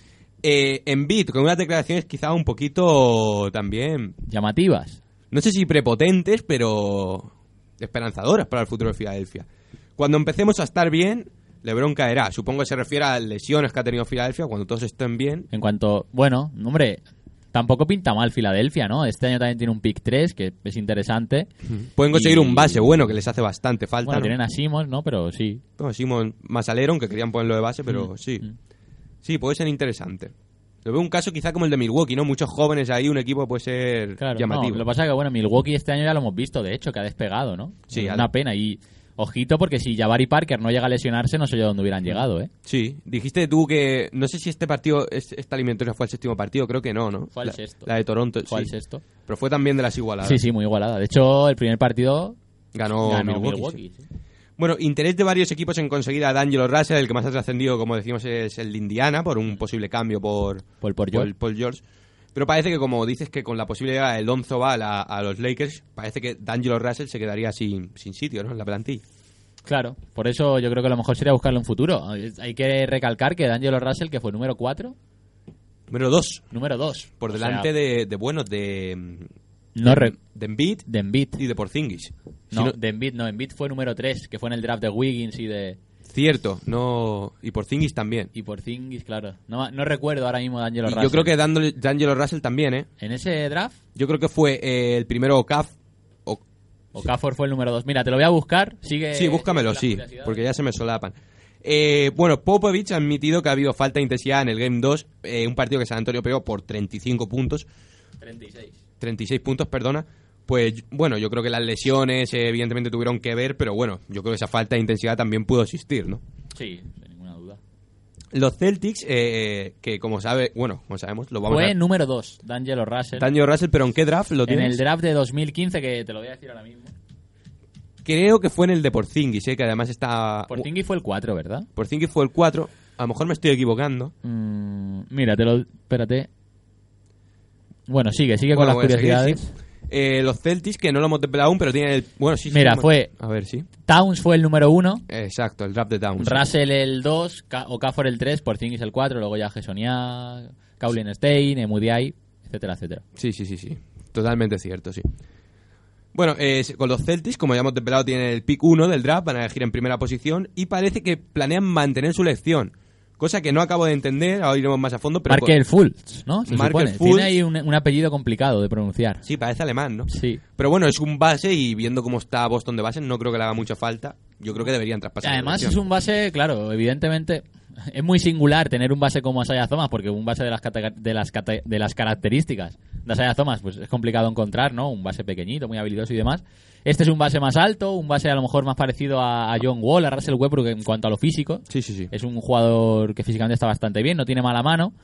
S2: Embiid, con unas declaraciones quizá un poquito también...
S1: Llamativas.
S2: No sé si prepotentes, pero esperanzadoras para el futuro de Filadelfia. Cuando empecemos a estar bien, LeBron caerá. Supongo que se refiere a las lesiones que ha tenido Filadelfia. Cuando todos estén bien...
S1: En cuanto... Bueno, hombre... Tampoco pinta mal Filadelfia, ¿no? Este año también tiene un pick 3, que es interesante.
S2: Pueden conseguir un base bueno, que les hace bastante falta.
S1: Bueno,
S2: ¿no?
S1: tienen a Simmons, ¿no? Pero sí.
S2: Bueno, Simmons más Aleron, que querían ponerlo de base, pero sí. Sí, puede ser interesante. Lo veo un caso quizá como el de Milwaukee, ¿no? Muchos jóvenes ahí, un equipo puede ser llamativo.
S1: No, lo que pasa es que, bueno, Milwaukee este año ya lo hemos visto, de hecho, que ha despegado, ¿no?
S2: Sí,
S1: es una pena. Y ojito, porque si Jabari Parker no llega a lesionarse, no sé yo dónde hubieran llegado, ¿eh?
S2: Sí, dijiste tú que... No sé si este partido, esta eliminatoria fue el 7º partido, creo que no.
S1: Fue el sexto.
S2: La de Toronto,
S1: Fue el
S2: sí.
S1: sexto.
S2: Pero fue también de las igualadas.
S1: Sí, muy igualada. De hecho, el primer partido
S2: ganó
S1: Milwaukee. Sí.
S2: Bueno, interés de varios equipos en conseguir a D'Angelo Russell, el que más ha trascendido, como decimos, es el de Indiana, por un posible cambio por Paul George. Pero parece que, como dices, que con la posibilidad de Lonzo Ball a los Lakers, parece que D'Angelo Russell se quedaría sin sitio, ¿no?, en la plantilla.
S1: Claro, por eso yo creo que lo mejor sería buscarlo en futuro. Hay que recalcar que D'Angelo Russell, que fue número 4...
S2: Número 2.
S1: Número 2.
S2: Por delante de Embiid y de Porzingis.
S1: De Embiid no. Embiid fue número 3, que fue en el draft de Wiggins y de...
S2: Cierto, no, y Porzingis también.
S1: Y Porzingis, claro. No recuerdo ahora mismo D'Angelo Russell.
S2: Yo creo que D'Angelo Russell también, ¿eh?
S1: ¿En ese draft?
S2: Yo creo que fue el primero
S1: Okafor fue el número 2. Mira, te lo voy a buscar. Sí,
S2: búscamelo, sí, porque ya se me solapan. Bueno, Popovich ha admitido que ha habido falta de intensidad en el Game 2, un partido que San Antonio pegó por 35 puntos. 36 puntos, perdona. Pues bueno, yo creo que las lesiones evidentemente tuvieron que ver, pero bueno, yo creo que esa falta de intensidad también pudo existir, ¿no?
S1: Sí, sin ninguna duda.
S2: Los Celtics, que como sabemos, lo vamos a...
S1: Fue número 2, D'Angelo Russell.
S2: D'Angelo Russell, pero ¿en qué draft lo tienes?
S1: En el draft de 2015, que te lo voy a decir ahora mismo.
S2: Creo que fue en el de Porzingis, que además está...
S1: Porzingis fue el 4, ¿verdad?
S2: Porzingis fue el 4, a lo mejor me estoy equivocando.
S1: Mira, espérate. Bueno, sigue con las curiosidades.
S2: Seguir, sí. Los Celtics, que no lo hemos desvelado aún, pero tienen el... Bueno, sí.
S1: Mira, fue...
S2: A ver, sí.
S1: Towns fue el número 1.
S2: Exacto, el draft de Towns.
S1: Russell el 2, Okafor el 3, Porzingis el 4, luego ya Gessonia, Kaulin Stein, Mudiay, etcétera, etcétera.
S2: Sí. Totalmente cierto, sí. Bueno, con los Celtics, como ya hemos desvelado, tienen el pick 1 del draft, van a elegir en primera posición y parece que planean mantener su elección. Cosa que no acabo de entender, ahora iremos más a fondo. Pero
S1: Markel Fultz, ¿no?
S2: Markel Fultz.
S1: Tiene ahí un apellido complicado de pronunciar.
S2: Sí, parece alemán, ¿no?
S1: Sí.
S2: Pero bueno, es un base y viendo cómo está Boston de base, no creo que le haga mucha falta. Yo creo que deberían traspasar.
S1: Además es un base, claro, evidentemente... Es muy singular tener un base como Isaiah Thomas, porque un base de las características de Isaiah Thomas pues es complicado encontrar, ¿no? Un base pequeñito, muy habilidoso y demás. Este es un base más alto, un base a lo mejor más parecido a John Wall, a Russell Westbrook en cuanto a lo físico.
S2: Sí.
S1: Es un jugador que físicamente está bastante bien, no tiene mala mano.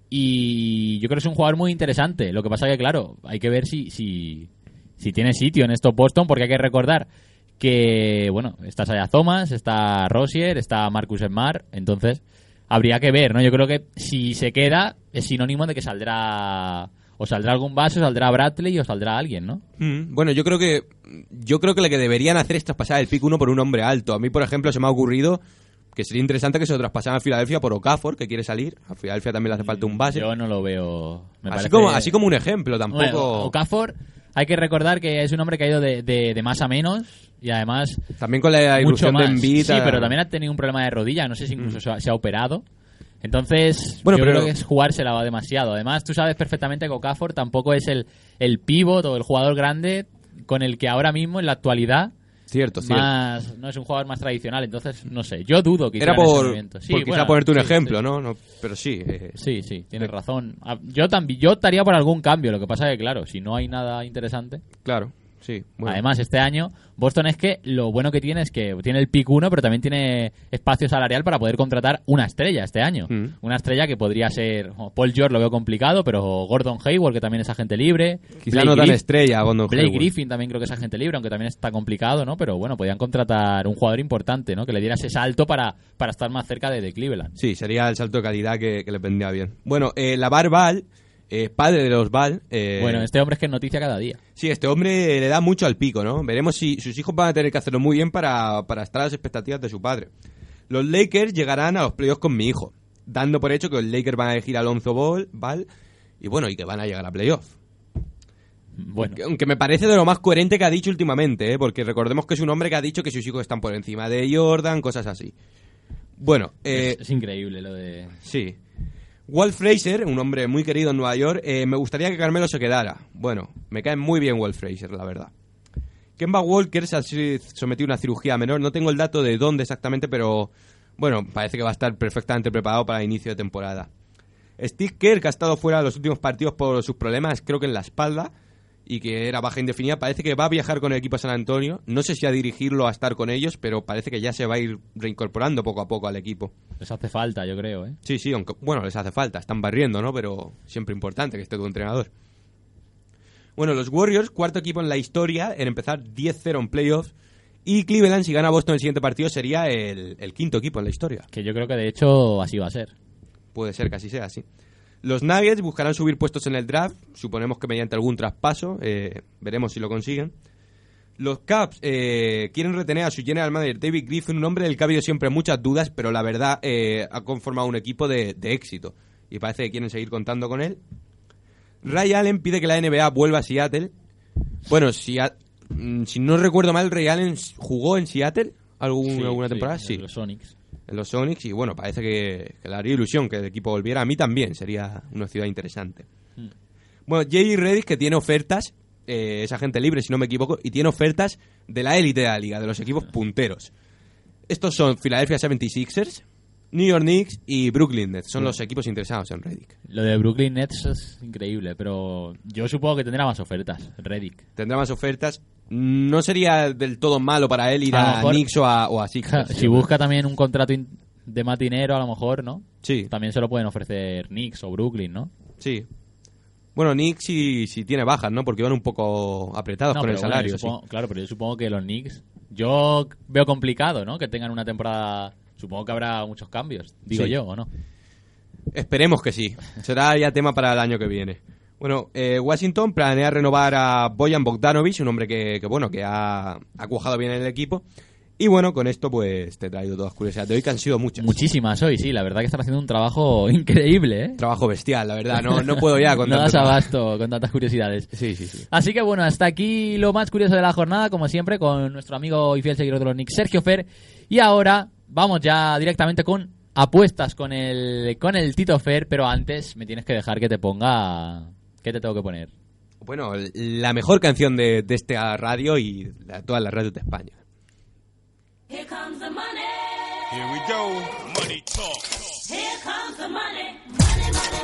S1: Y yo creo que es un jugador muy interesante. Lo que pasa que, claro, hay que ver si tiene sitio en estos Boston, porque hay que recordar que, bueno, está Isaiah Thomas, está Rozier, está Marcus Smart, entonces habría que ver, ¿no? Yo creo que si se queda es sinónimo de que saldrá algún base, o saldrá Bradley o saldrá alguien, ¿no?
S2: Bueno, yo creo que lo que deberían hacer es traspasar el pick 1 por un hombre alto. A mí, por ejemplo, se me ha ocurrido que sería interesante que se lo traspasaran a Filadelfia por Okafor, que quiere salir. A Filadelfia también le hace falta un base.
S1: Yo no lo veo.
S2: Así como un ejemplo, tampoco...
S1: Bueno, Okafor, hay que recordar que es un hombre que ha ido de más a menos y además...
S2: También con la irrupción de Embiid...
S1: Sí, pero también ha tenido un problema de rodilla, no sé si incluso se ha operado. Entonces, yo creo que es jugársela va demasiado. Además, tú sabes perfectamente que Okafor tampoco es el pívot o el jugador grande con el que ahora mismo, en la actualidad...
S2: Cierto.
S1: No es un jugador más tradicional, entonces no sé, yo dudo que
S2: era por quizá ponerte un ejemplo,
S1: sí.
S2: ¿no? Pero sí.
S1: Sí, tienes razón. Yo estaría por algún cambio, lo que pasa es que, claro, si no hay nada interesante...
S2: Claro, sí. Bueno.
S1: Además, este año, Boston es que lo bueno que tiene es que tiene el pick 1, pero también tiene espacio salarial para poder contratar una estrella este año. Una estrella que podría ser... Paul George lo veo complicado, pero Gordon Hayward, que también es agente libre.
S2: Quizá no tan estrella, Gordon
S1: Blake
S2: Hayward.
S1: Griffin también creo que es agente libre, aunque también está complicado, ¿no? Pero bueno, podían contratar un jugador importante, ¿no? Que le diera ese salto para estar más cerca de Cleveland.
S2: Sí, sería el salto de calidad que les vendría bien. Bueno, Lavar Ball... padre de los Ball.
S1: Bueno, este hombre es que es noticia cada día.
S2: Sí, este hombre le da mucho al pico, ¿no? Veremos si sus hijos van a tener que hacerlo muy bien para estar a las expectativas de su padre. Los Lakers llegarán a los playoffs con mi hijo, dando por hecho que los Lakers van a elegir a Alonzo Ball y bueno, y que van a llegar a playoffs.
S1: Bueno.
S2: Aunque me parece de lo más coherente que ha dicho últimamente, porque recordemos que es un hombre que ha dicho que sus hijos están por encima de Jordan, cosas así. Bueno,
S1: es increíble lo de...
S2: Sí. Walt Frazier, un hombre muy querido en Nueva York, me gustaría que Carmelo se quedara. Bueno, me cae muy bien Walt Frazier, la verdad. Kemba Walker se ha sometido a una cirugía menor, no tengo el dato de dónde exactamente, pero bueno, parece que va a estar perfectamente preparado para el inicio de temporada. Steve Kerr, que ha estado fuera de los últimos partidos por sus problemas, creo que en la espalda, y que era baja indefinida, parece que va a viajar con el equipo a San Antonio. No sé si a dirigirlo o a estar con ellos, pero parece que ya se va a ir reincorporando poco a poco al equipo.
S1: Les hace falta, yo creo, ¿eh?
S2: Sí, aunque, bueno, les hace falta, están barriendo, ¿no? Pero siempre importante que esté tu entrenador. Bueno, los Warriors, cuarto equipo en la historia en empezar 10-0 en playoffs, y Cleveland, si gana Boston el siguiente partido, sería el quinto equipo en la historia.
S1: Que yo creo que de hecho así va a ser.
S2: Puede ser que así sea, sí. Los Nuggets buscarán subir puestos en el draft, suponemos que mediante algún traspaso, veremos si lo consiguen. Los Cavs quieren retener a su general manager David Griffin, un hombre del que ha habido siempre muchas dudas, pero la verdad ha conformado un equipo de éxito y parece que quieren seguir contando con él. Ray Allen pide que la NBA vuelva a Seattle. Bueno, si no recuerdo mal, Ray Allen jugó en Seattle alguna temporada, sí.
S1: En los Sonics.
S2: En los Sonics, y bueno, parece que le haría ilusión que el equipo volviera. A mí también, sería una ciudad interesante. Bueno, J.J. Redick, que tiene ofertas, es agente libre si no me equivoco, y tiene ofertas de la élite de la liga, de los equipos punteros. Estos son Philadelphia 76ers, New York Knicks y Brooklyn Nets, son los equipos interesados en Redick.
S1: Lo de Brooklyn Nets es increíble, pero yo supongo que tendrá más ofertas, Redick.
S2: Tendrá más ofertas. No sería del todo malo para él ir a Knicks o a Sixers.
S1: Si busca también un contrato de más dinero, a lo mejor, ¿no?
S2: Sí.
S1: También se lo pueden ofrecer Knicks o Brooklyn, ¿no?
S2: Sí. Bueno, Knicks si tiene bajas, ¿no? Porque van un poco apretados con el salario.
S1: Supongo, claro, pero yo supongo que los Knicks... Yo veo complicado, ¿no? Que tengan una temporada... Supongo que habrá muchos cambios, digo yo, ¿o no?
S2: Esperemos que sí. Será ya tema para el año que viene. Bueno, Washington planea renovar a Bojan Bogdanovic, un hombre que ha cuajado bien en el equipo. Y bueno, con esto pues te he traído todas curiosidades de hoy, que han sido muchas.
S1: Muchísimas hoy, sí. La verdad que están haciendo un trabajo increíble, ¿eh?
S2: Trabajo bestial, la verdad. No puedo ya con
S1: no das abasto con tantas curiosidades.
S2: Sí.
S1: Así que bueno, hasta aquí lo más curioso de la jornada, como siempre, con nuestro amigo y fiel seguidor de los Knicks, Sergio Fer. Y ahora vamos ya directamente con apuestas con el Tito Fer, pero antes me tienes que dejar que te ponga... ¿Qué te tengo que poner?
S2: Bueno, la mejor canción de esta radio y de todas las radios de España.
S6: Here comes the money.
S7: Here we go. Money talk.
S6: Here comes the money. Money, money,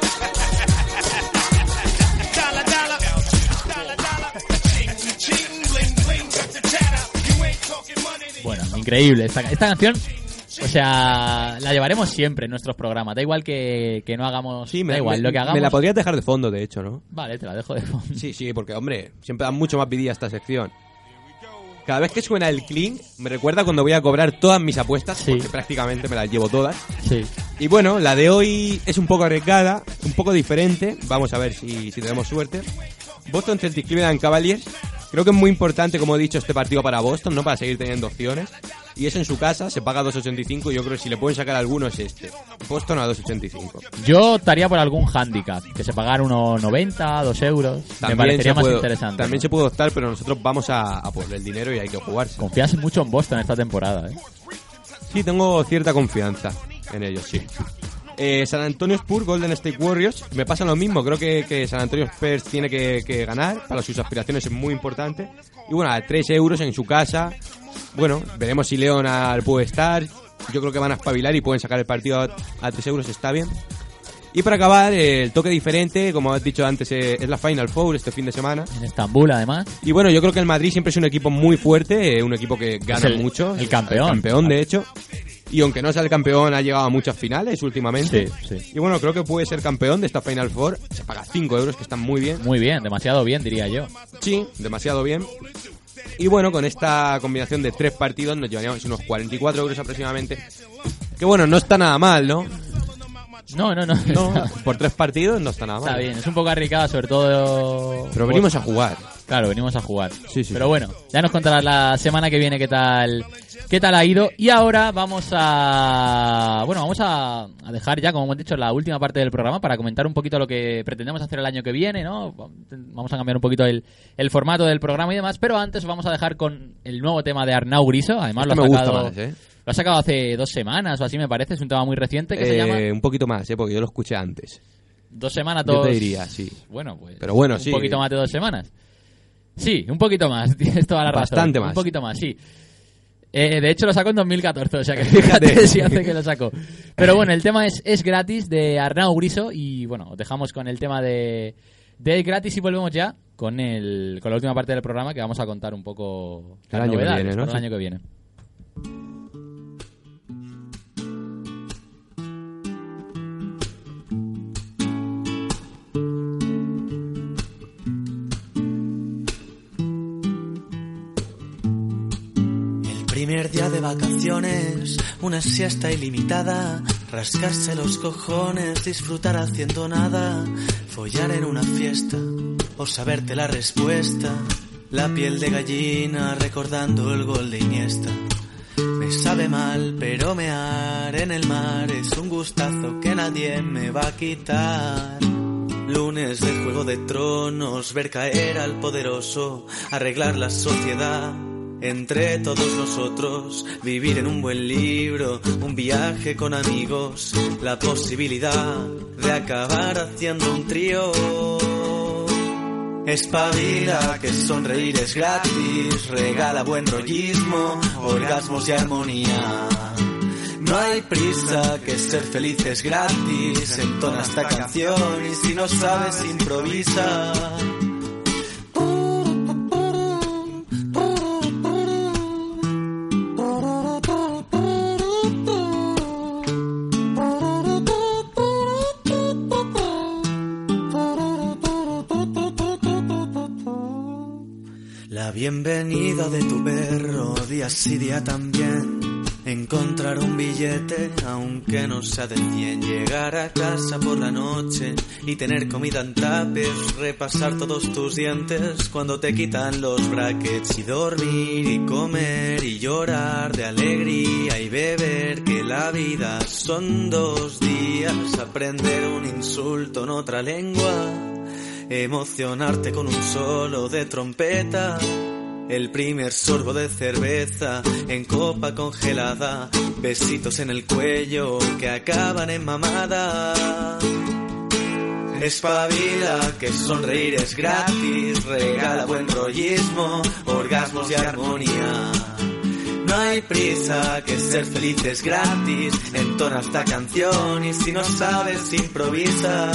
S7: Dollar, dollar. Dollar, dollar. Ching, ching, bling, bling. Got the chatter. You ain't talking money.
S1: Bueno, increíble. Esta canción, o sea, la llevaremos siempre en nuestros programas. Da igual que no hagamos...
S2: Sí,
S1: da igual lo que hagamos.
S2: Me la podrías dejar de fondo, de hecho, ¿no?
S1: Vale, te la dejo de fondo.
S2: Sí, porque, hombre, siempre da mucho más vidilla esta sección. Cada vez que suena el clean, me recuerda cuando voy a cobrar todas mis apuestas, porque prácticamente me las llevo todas.
S1: Sí.
S2: Y bueno, la de hoy es un poco arriesgada, un poco diferente. Vamos a ver si tenemos suerte. Boston Celtics Cleveland Cavaliers. Creo que es muy importante, como he dicho, este partido para Boston, ¿no? Para seguir teniendo opciones. Y es en su casa, se paga 2.85 y yo creo que si le pueden sacar alguno es este. Boston a 2.85.
S1: Yo estaría por algún handicap, que se pagara 1.90, 2 euros. Me parecería más interesante.
S2: También se puede optar, pero nosotros vamos a por el dinero y hay que jugarse.
S1: Confías mucho en Boston esta temporada, ¿eh?
S2: Sí, tengo cierta confianza en ellos, sí. San Antonio Spurs, Golden State Warriors. Me pasa lo mismo, creo que San Antonio Spurs tiene que ganar. Para sus aspiraciones es muy importante. Y bueno, a 3 euros en su casa. Bueno, veremos si Leonard puede estar. Yo creo que van a espabilar y pueden sacar el partido a 3 euros, está bien. Y para acabar, el toque diferente, como has dicho antes, es la Final Four este fin de semana.
S1: En Estambul, además.
S2: Y bueno, yo creo que el Madrid siempre es un equipo muy fuerte, un equipo que gana mucho.
S1: El campeón.
S2: El campeón, de hecho. Y aunque no sea el campeón, ha llegado a muchas finales últimamente.
S1: Sí.
S2: Y bueno, creo que puede ser campeón de esta Final Four. Se paga 5 euros, que están muy bien.
S1: Muy bien, demasiado bien, diría yo.
S2: Sí, demasiado bien. Y bueno, con esta combinación de 3 partidos nos llevaríamos unos 44 euros aproximadamente. Que bueno, no está nada mal, ¿no?
S1: No.
S2: Por 3 partidos no está nada mal.
S1: Está bien, es un poco arriesgada, sobre todo...
S2: Pero venimos a jugar.
S1: Claro, venimos a jugar.
S2: Sí.
S1: Pero bueno, ya nos contarás la semana que viene qué tal ha ido. Y ahora vamos a dejar ya, como hemos dicho, la última parte del programa para comentar un poquito lo que pretendemos hacer el año que viene, ¿no? Vamos a cambiar un poquito el formato del programa y demás, pero antes vamos a dejar con el nuevo tema de Arnau Griso. Además
S2: Esto
S1: lo
S2: me gusta más, ¿eh?
S1: Lo ha sacado hace 2 semanas o así, me parece. Es un tema muy reciente que se llama...
S2: Un poquito más, porque yo lo escuché antes.
S1: 2 semanas,
S2: Yo te diría, sí.
S1: Bueno, pues...
S2: Pero bueno,
S1: un poquito más de 2 semanas. Sí, un poquito más. Tienes toda la razón.
S2: Bastante más.
S1: Un poquito más, sí. De hecho lo sacó en 2014, o sea que fíjate si hace que lo sacó. Pero bueno, el tema es gratis, de Arnau Griso, y bueno, os dejamos con el tema de gratis y volvemos ya con la última parte del programa, que vamos a contar un poco
S2: el
S1: las
S2: año que
S1: novedades
S2: viene, ¿no?
S1: para el año que viene.
S3: Primer día de vacaciones, una siesta ilimitada, rascarse los cojones, disfrutar haciendo nada, follar en una fiesta o saberte la respuesta, la piel de gallina recordando el gol de Iniesta. Me sabe mal, pero mear en el mar es un gustazo que nadie me va a quitar. Lunes de Juego de Tronos, ver caer al poderoso, arreglar la sociedad entre todos nosotros, vivir en un buen libro, un viaje con amigos, la posibilidad de acabar haciendo un trío. Espabila, que sonreír es gratis, regala buen rollismo, orgasmos y armonía. No hay prisa, que ser feliz es gratis, entona esta canción y si no sabes improvisa. La bienvenida de tu perro, día sí día también. Encontrar un billete, aunque no sea de 100. Llegar a casa por la noche y tener comida en tapes. Repasar todos tus dientes cuando te quitan los brackets. Y dormir y comer y llorar de alegría y beber. Que la vida son 2 días. Aprender un insulto en otra lengua. Emocionarte con un solo de trompeta. El primer sorbo de cerveza en copa congelada. Besitos en el cuello que acaban en mamada. Espabila, que sonreír es gratis. Regala buen rollismo, orgasmos y armonía. No hay prisa, que ser feliz es gratis. Entona esta canción y si no sabes improvisa.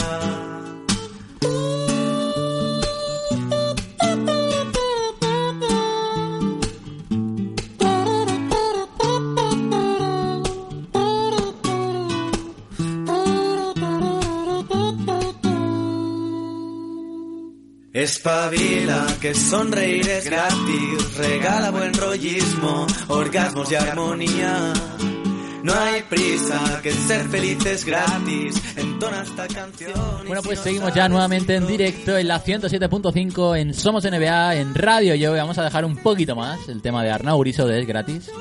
S3: Espabila, que sonreír es gratis, regala buen rollismo, orgasmos y armonía. No hay prisa, que ser feliz es gratis, entona esta canción.
S1: Bueno, pues seguimos ya nuevamente en directo en la 107.5 en Somos NBA, en Radio Yo. Vamos a dejar un poquito más el tema de Arnau Griso de Es Gratis.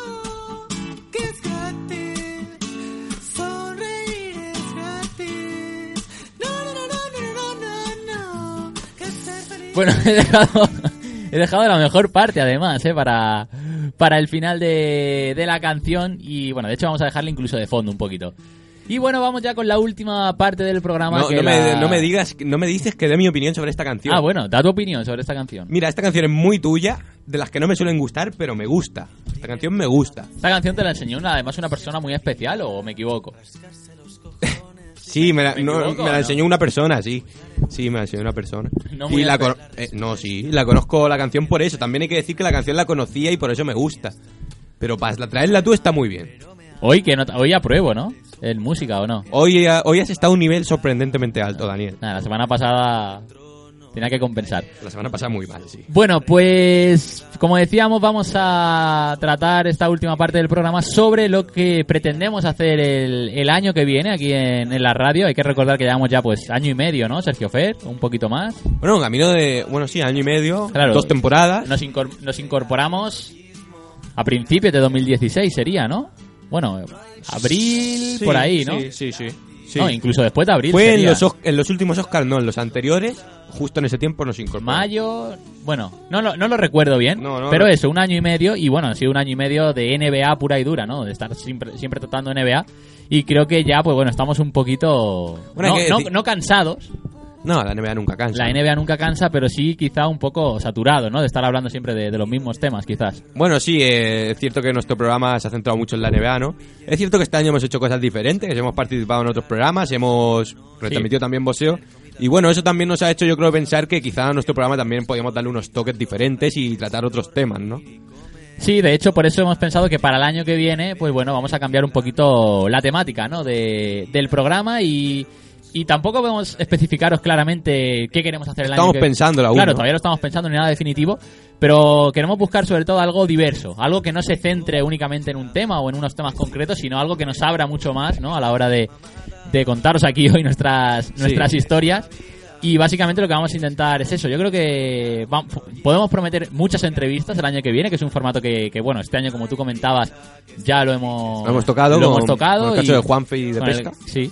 S1: Bueno, he dejado la mejor parte además, para el final de la canción. Y bueno, de hecho vamos a dejarla incluso de fondo un poquito. Y bueno, vamos ya con la última parte del programa.
S2: No me dices que dé mi opinión sobre esta canción.
S1: Ah, bueno, da tu opinión sobre esta canción.
S2: Mira, esta canción es muy tuya, de las que no me suelen gustar, pero me gusta. Esta canción me gusta.
S1: ¿Esta canción te la enseñó además una persona muy especial o me equivoco?
S2: Sí, me la enseñó una persona, sí. Sí, me la enseñó una persona.
S1: No,
S2: y la conozco la canción por eso. También hay que decir que la canción la conocía y por eso me gusta. Pero para traerla tú está muy bien.
S1: Hoy apruebo, ¿no? En música, ¿o no?
S2: Hoy has estado a un nivel sorprendentemente alto, Daniel.
S1: Nada, la semana pasada tenía que compensar.
S2: La semana pasada muy mal, sí.
S1: Bueno, pues como decíamos, vamos a tratar esta última parte del programa sobre lo que pretendemos hacer el año que viene aquí en la radio. Hay que recordar que llevamos ya pues año y medio, ¿no, Sergio Fer? Un poquito más.
S2: Bueno, camino de... Bueno, sí, año y medio,
S1: claro,
S2: 2 temporadas.
S1: Nos incorporamos a principios de 2016 sería, ¿no? Bueno, abril, sí, por ahí, ¿no?
S2: Sí.
S1: No, incluso después de abril.
S2: Fue
S1: sería.
S2: en los últimos Oscars, no, en los anteriores, justo en ese tiempo nos incorporamos.
S1: Mayo, bueno, no lo recuerdo bien, pero eso, 1 año y medio, y bueno, ha sido 1 año y medio de NBA pura y dura, ¿no? De estar siempre tratando NBA, y creo que ya, pues bueno, estamos un poquito, no cansados,
S2: No, la NBA nunca cansa.
S1: La NBA nunca cansa, pero sí quizá un poco saturado, ¿no? De estar hablando siempre de los mismos temas, quizás.
S2: Bueno, sí, es cierto que nuestro programa se ha centrado mucho en la NBA, ¿no? Es cierto que este año hemos hecho cosas diferentes, hemos participado en otros programas, hemos retransmitido también boxeo. Y bueno, eso también nos ha hecho, yo creo, pensar que quizá a nuestro programa también podíamos darle unos toques diferentes y tratar otros temas, ¿no?
S1: Sí, de hecho, por eso hemos pensado que para el año que viene, pues bueno, vamos a cambiar un poquito la temática, ¿no? Del programa y tampoco podemos especificaros claramente qué queremos hacer el año que viene.
S2: Estamos pensándolo aún,
S1: Claro,
S2: ¿no?
S1: todavía lo estamos pensando, ni nada definitivo, pero queremos buscar sobre todo algo diverso, algo que no se centre únicamente en un tema o en unos temas concretos, sino algo que nos abra mucho más, ¿no? A la hora de contaros aquí hoy nuestras historias. Y básicamente lo que vamos a intentar es eso. Yo creo que podemos prometer muchas entrevistas el año que viene, que es un formato que bueno, este año, como tú comentabas, ya lo hemos
S2: tocado.
S1: Con el
S2: caso de Juanfe y de Pesca.
S1: Sí.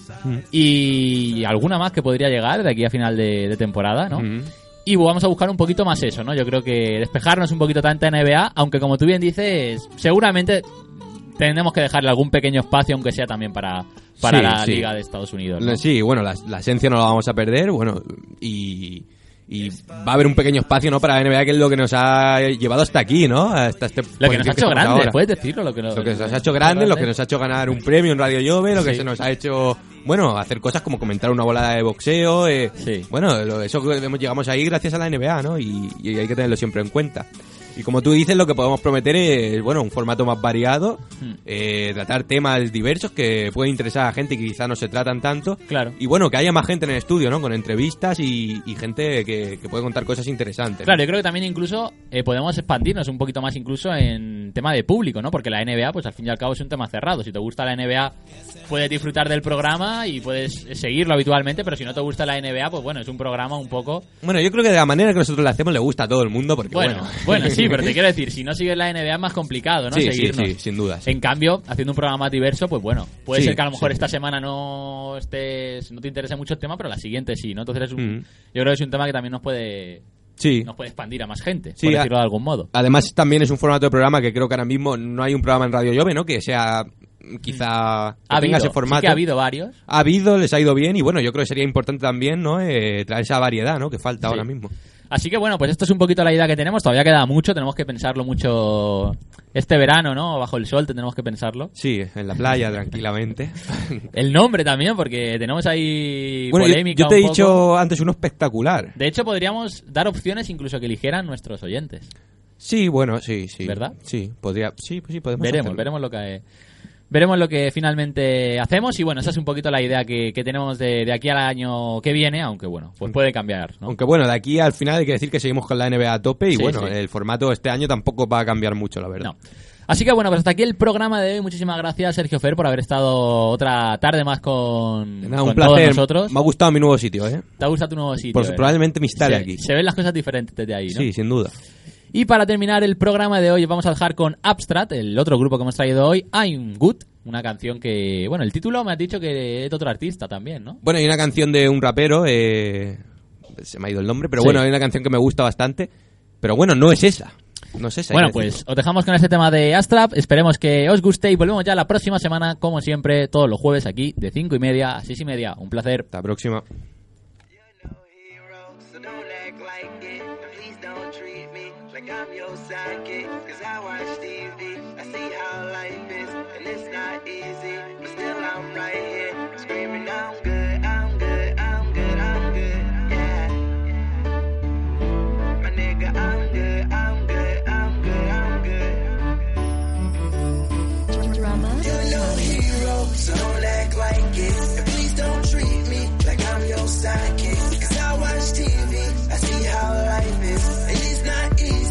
S1: Y alguna más que podría llegar de aquí a final de temporada, ¿no? Y vamos a buscar un poquito más eso, ¿no? Yo creo que despejarnos un poquito tanta NBA, aunque como tú bien dices, seguramente tendremos que dejarle algún pequeño espacio, aunque sea también para la Liga de Estados Unidos, ¿no?
S2: Sí, bueno, la esencia no la vamos a perder, bueno, y va a haber un pequeño espacio, ¿no? Para la NBA, que es lo que nos ha llevado hasta aquí, ¿no? Hasta
S1: lo que nos ha hecho grandes, puedes decirlo. Lo que nos
S2: ha hecho grandes, lo que nos ha hecho ganar un premio en Radio Jove, lo que se nos ha hecho, bueno, hacer cosas como comentar una volada de boxeo. Bueno, eso llegamos ahí gracias a la NBA, ¿no? Y hay que tenerlo siempre en cuenta. Y como tú dices, lo que podemos prometer es, bueno, un formato más variado, tratar temas diversos que pueden interesar a gente que quizá no se tratan tanto.
S1: Claro.
S2: Y bueno, que haya más gente en el estudio, ¿no? Con entrevistas y gente que puede contar cosas interesantes.
S1: Claro, yo creo que también incluso podemos expandirnos un poquito más incluso en tema de público, ¿no? Porque la NBA, pues al fin y al cabo es un tema cerrado. Si te gusta la NBA, puedes disfrutar del programa y puedes seguirlo habitualmente, pero si no te gusta la NBA, pues bueno, es un programa un poco...
S2: Bueno, yo creo que de la manera que nosotros lo hacemos le gusta a todo el mundo, porque
S1: bueno, sí, pero te quiero decir, si no sigues la NBA es más complicado, ¿no? Seguirnos.
S2: Sí, sin duda.
S1: En cambio, haciendo un programa más diverso, pues bueno, puede ser que a lo mejor esta semana no te interese mucho el tema, pero la siguiente sí, ¿no? Entonces yo creo que es un tema que también nos puede expandir a más gente, por decirlo de algún modo.
S2: Además, también es un formato de programa que creo que ahora mismo no hay un programa en Radio Jove, ¿no? Que sea quizá tenga ese formato.
S1: Sí que ha habido varios.
S2: Ha habido, les ha ido bien y bueno, yo creo que sería importante también, ¿no? Traer esa variedad, ¿no? Que falta ahora mismo.
S1: Así que bueno, pues esto es un poquito la idea que tenemos. Todavía queda mucho, tenemos que pensarlo mucho este verano, ¿no? Bajo el sol tendremos que pensarlo.
S2: Sí, en la playa, tranquilamente.
S1: El nombre también, porque tenemos ahí polémica.
S2: Yo te he dicho antes uno espectacular.
S1: De hecho, podríamos dar opciones incluso que eligieran nuestros oyentes.
S2: Sí, bueno, sí.
S1: ¿Verdad?
S2: Sí, podemos
S1: Veremos lo que finalmente hacemos y bueno, esa es un poquito la idea que tenemos de aquí al año que viene, aunque bueno, pues puede cambiar, ¿no?
S2: Aunque bueno, de aquí al final hay que decir que seguimos con la NBA a tope y el formato este año tampoco va a cambiar mucho, la verdad.
S1: No. Así que bueno, pues hasta aquí el programa de hoy. Muchísimas gracias, Sergio Fer, por haber estado otra tarde más con
S2: un placer.
S1: Todos nosotros.
S2: Me ha gustado mi nuevo sitio, ¿eh?
S1: ¿Te ha gustado tu nuevo sitio?
S2: Probablemente me instale aquí.
S1: Se ven las cosas diferentes desde ahí, ¿no?
S2: Sí, sin duda.
S1: Y para terminar el programa de hoy vamos a dejar con Abstract, el otro grupo que hemos traído hoy, I'm Good, una canción que, bueno, el título me has dicho que es de otro artista también, ¿no?
S2: Bueno, hay una canción de un rapero, se me ha ido el nombre, pero bueno, hay una canción que me gusta bastante, pero bueno, no es esa. No es esa.
S1: Bueno, pues os dejamos con este tema de Abstract, esperemos que os guste y volvemos ya la próxima semana, como siempre, todos los jueves aquí, de 5:30 a 6:30. Un placer.
S2: Hasta la próxima.
S3: I'm your sidekick, 'cause I watch TV, I see how life is, and it's not easy, but still I'm right here, screaming I'm good, I'm good, I'm good, I'm good, yeah. My nigga, I'm good, I'm good, I'm good, I'm good. You're no hero, so don't act like it, and please don't treat me like I'm your sidekick, 'cause I watch TV, I see how life is, and it's not easy.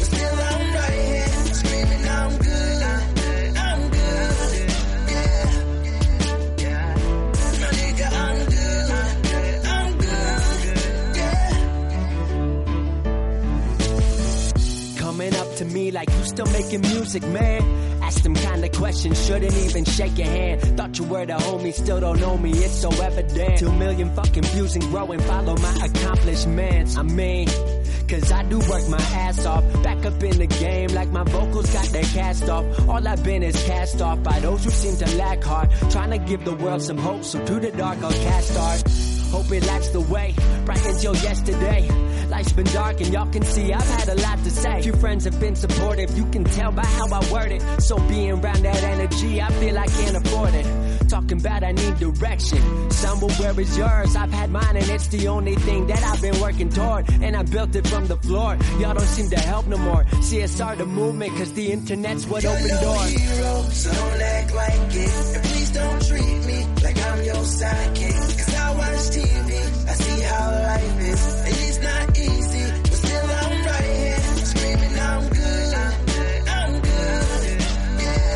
S5: To me like you still making music, man. Ask them kind of questions, shouldn't even shake your hand. Thought you were the homie, still don't know me, it's so evident. 2 million fucking views and growing, follow my accomplishments. I mean, cause I do work my ass off. Back up in the game like my vocals got their cast off. All I've been is cast off by those who seem to lack hard. Trying to give the world some hope, so to the dark I'll cast art. Hope it lights the way, bright until yesterday. Life's been dark and y'all can see I've had a lot to say. Few friends have been supportive, you can tell by how I word it. So being around that energy, I feel I can't afford it. Talking about I need direction. Somewhere where is yours? I've had mine and it's the only thing that I've been working toward. And I built it from the floor. Y'all don't seem to help no more. CSR the movement, cause the internet's what opened doors.
S8: You're no hero, so don't act like it. And please don't treat me like I'm your sidekick. Cause I watch TV, I see how life is. And it's not easy, but still I'm right here. Screaming I'm good, I'm good, yeah.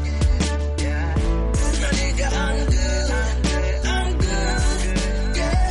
S8: My nigga, I'm good, yeah.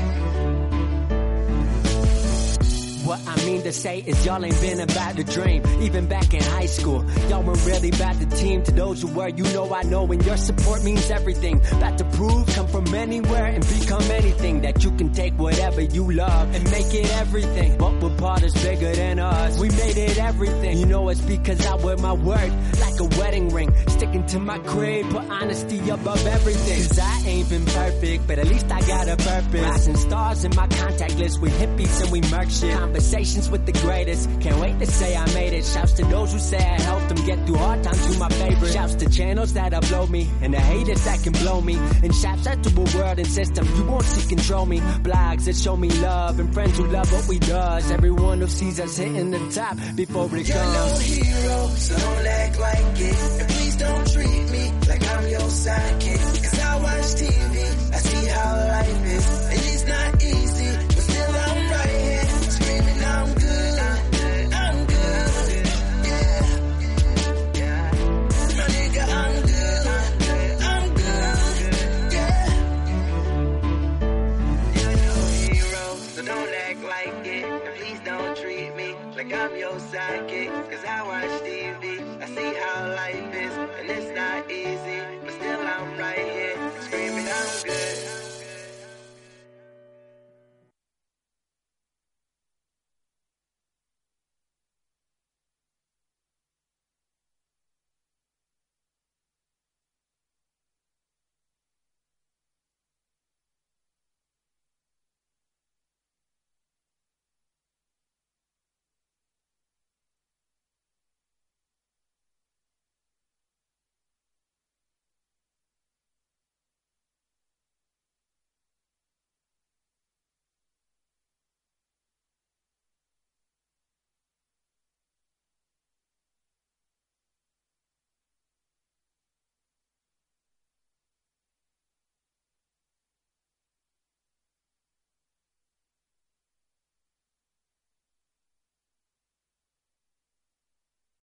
S5: What I mean to say is y'all ain't been about the dream. Even back in high school, y'all weren't really about the team. To those who were, you know I know, and your support means everything. About to prove, come from anywhere and become anything. That you can take whatever you love and make it everything. But we're part is bigger than us. We made it everything. You know it's because I wear my word like a wedding ring. Sticking to my creed, put honesty above everything. Cause I ain't been perfect, but at least I got a purpose. Rising stars in my contact list with hippies and we murk shit. Conversations with the greatest, can't wait to say I made it. Shouts to those who say I helped them get through hard times, you my favorite. Shouts to channels that upload me, and the haters that can blow me. And shouts out to a world and system you won't see control me. Blogs that show me love, and friends who love what we does. Everyone who sees us hitting the top before it
S8: You're no
S5: comes.
S8: hero, so don't act like it. And please don't treat me like I'm your sidekick. Cause I watch TV,